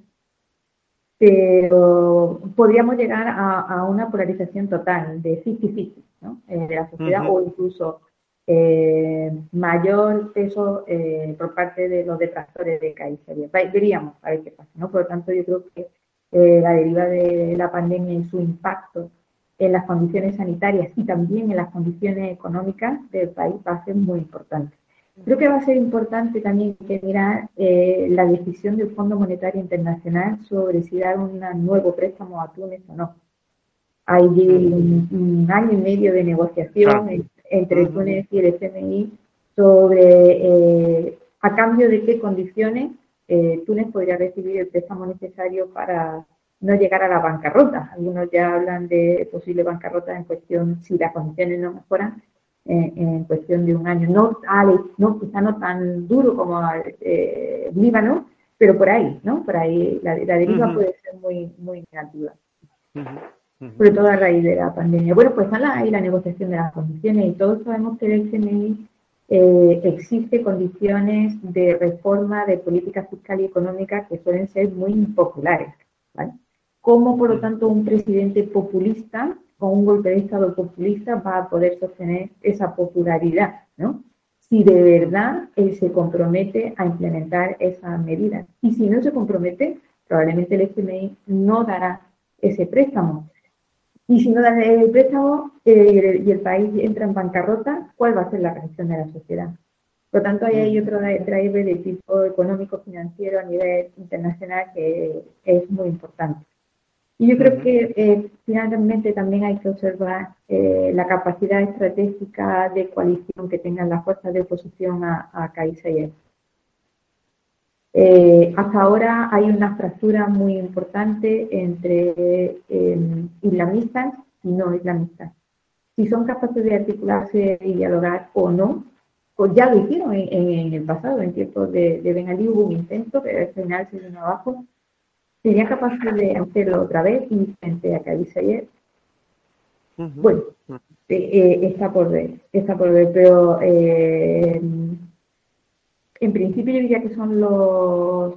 pero podríamos llegar a, a una polarización total de cincuenta cincuenta, ¿no? eh, de la sociedad, uh-huh. o incluso eh, mayor peso eh, por parte de los detractores de Kais Saied. Veríamos a ver qué pasa, ¿no? Por lo tanto, yo creo que eh, la deriva de la pandemia y su impacto en las condiciones sanitarias y también en las condiciones económicas del país va a ser muy importante. Creo que va a ser importante también que mirar eh, la decisión del Fondo Monetario Internacional sobre si dar un nuevo préstamo a Túnez o no. Hay un, un año y medio de negociación en, entre uh-huh. Túnez y el F M I sobre eh, a cambio de qué condiciones eh, Túnez podría recibir el préstamo necesario para no llegar a la bancarrota. Algunos ya hablan de posible bancarrota en cuestión, si las condiciones no mejoran, eh, en cuestión de un año. No, no quizá no tan duro como eh, Líbano, pero por ahí, ¿no? Por ahí la, la deriva uh-huh. puede ser muy, muy negativa. Uh-huh. Uh-huh. Sobre todo a raíz de la pandemia. Bueno, pues está ahí la negociación de las condiciones y todos sabemos que el F M I eh, exige condiciones de reforma de política fiscal y económica que suelen ser muy impopulares, ¿vale? Cómo, por lo tanto, un presidente populista, con un golpe de Estado populista, va a poder sostener esa popularidad, ¿no? Si de verdad él se compromete a implementar esas medidas. Y si no se compromete, probablemente el F M I no dará ese préstamo. Y si no da el préstamo eh, y el país entra en bancarrota, ¿cuál va a ser la reacción de la sociedad? Por lo tanto, ahí hay otro driver de tipo económico-financiero a nivel internacional que es muy importante. Y yo creo uh-huh. que eh, finalmente también hay que observar eh, la capacidad estratégica de coalición que tengan las fuerzas de oposición a, a Kais Saied. Eh, hasta ahora hay una fractura muy importante entre eh, islamistas y no islamistas. Si son capaces de articularse y dialogar o no, pues ya lo hicieron en, en el pasado, en tiempos de, de Ben Ali hubo un intento, pero al final se vino abajo. ¿Sería capaz de hacerlo otra vez? Y frente a Cadiz ayer. Uh-huh. Bueno, eh, eh, está por ver, está por ver, pero eh, en principio yo diría que son los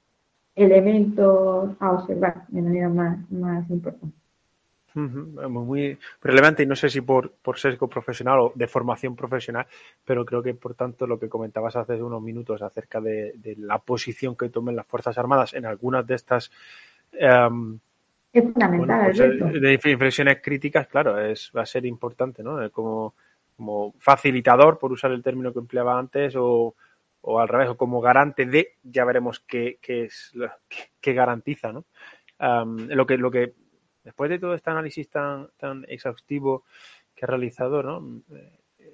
elementos a observar de manera más, más importante. Uh-huh. Muy relevante, y no sé si por, por sesgo profesional o de formación profesional, pero creo que por tanto lo que comentabas hace unos minutos acerca de, de la posición que tomen las Fuerzas Armadas en algunas de estas um, es fundamental, bueno, pues, de inflexiones críticas, claro, es va a ser importante, ¿no? Como, como facilitador, por usar el término que empleaba antes, o, o al revés, o como garante de, ya veremos qué, qué es qué, qué garantiza, ¿no? Um, lo que lo que después de todo este análisis tan, tan exhaustivo que has realizado, ¿no? Eh,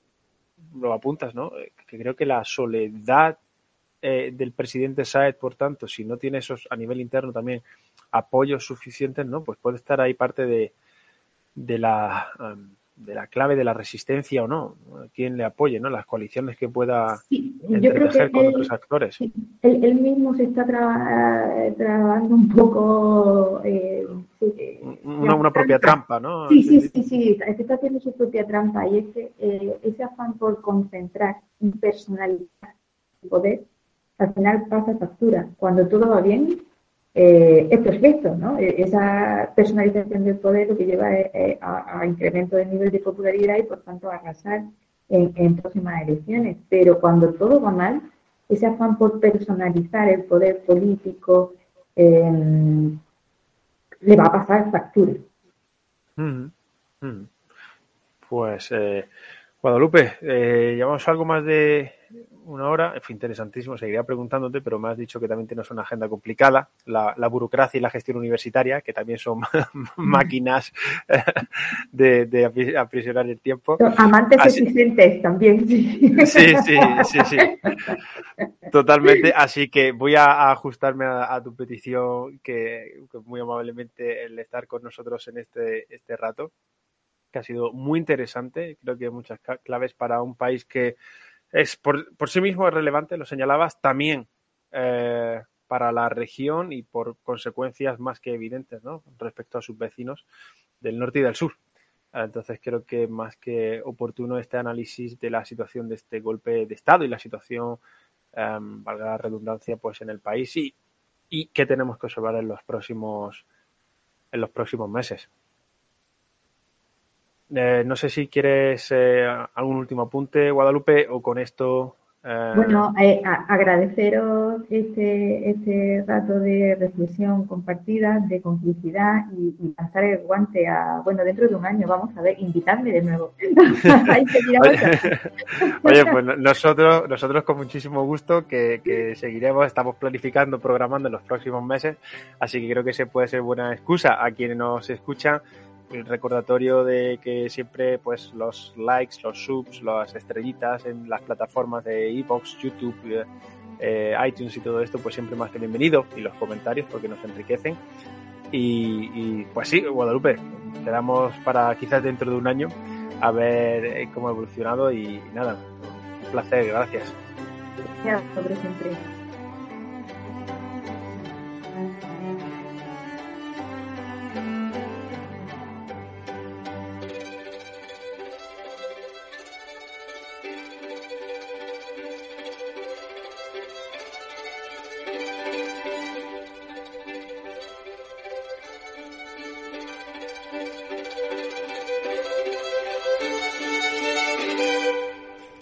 lo apuntas, ¿no? Que creo que la soledad eh, del presidente Sáez, por tanto, si no tiene esos a nivel interno también apoyos suficientes, ¿no? Pues puede estar ahí parte de, de la um, de la clave de la resistencia o no, quién le apoye, ¿no? Las coaliciones que pueda sí, entretejer con él, otros actores. Sí, él, él mismo se está tra- trabajando un poco eh, una, una propia trampa, ¿no? Sí, sí, sí, sí, se está haciendo su propia trampa, y es que eh, ese afán por concentrar y personalizar el poder al final pasa factura. Cuando todo va bien, eh, es perfecto, ¿no? Esa personalización del poder lo que lleva es a, a incremento del nivel de popularidad y por tanto a arrasar en, en próximas elecciones. Pero cuando todo va mal, ese afán por personalizar el poder político eh, le va a pasar factura. Mm-hmm. Mm-hmm. Pues eh, Guadalupe, eh, llevamos algo más de una hora, fue interesantísimo, seguiría preguntándote, pero me has dicho que también tienes una agenda complicada, la, la burocracia y la gestión universitaria, que también son máquinas de, de aprisionar el tiempo. Son amantes Así, exigentes también. Sí, sí, sí, sí, totalmente, así que voy a, a ajustarme a, a tu petición, que, que muy amablemente el estar con nosotros en este, este rato, que ha sido muy interesante, creo que hay muchas claves para un país que es por, por sí mismo es relevante, lo señalabas, también eh, para la región y por consecuencias más que evidentes, ¿no? Respecto a sus vecinos del norte y del sur. Entonces creo que más que oportuno este análisis de la situación de este golpe de Estado y la situación, um, valga la redundancia, pues en el país y, y qué tenemos que observar en los próximos en los próximos meses. Eh, no sé si quieres eh, algún último apunte, Guadalupe, o con esto... Eh... Bueno, eh, a, agradeceros este, este rato de reflexión compartida, de complicidad y, y lanzar el guante a, bueno, dentro de un año, vamos a ver, invitadme de nuevo. Oye, oye, pues nosotros, nosotros con muchísimo gusto que, que seguiremos, estamos planificando, programando en los próximos meses, así que creo que ese puede ser buena excusa a quienes nos escuchan. El recordatorio de que siempre pues los likes, los subs, las estrellitas en las plataformas de iVoox, YouTube, eh, iTunes y todo esto, pues siempre más que bienvenido, y los comentarios porque nos enriquecen. Y, y pues sí, Guadalupe, quedamos para quizás dentro de un año a ver cómo ha evolucionado y, y nada, un placer, gracias. Gracias, sobre siempre.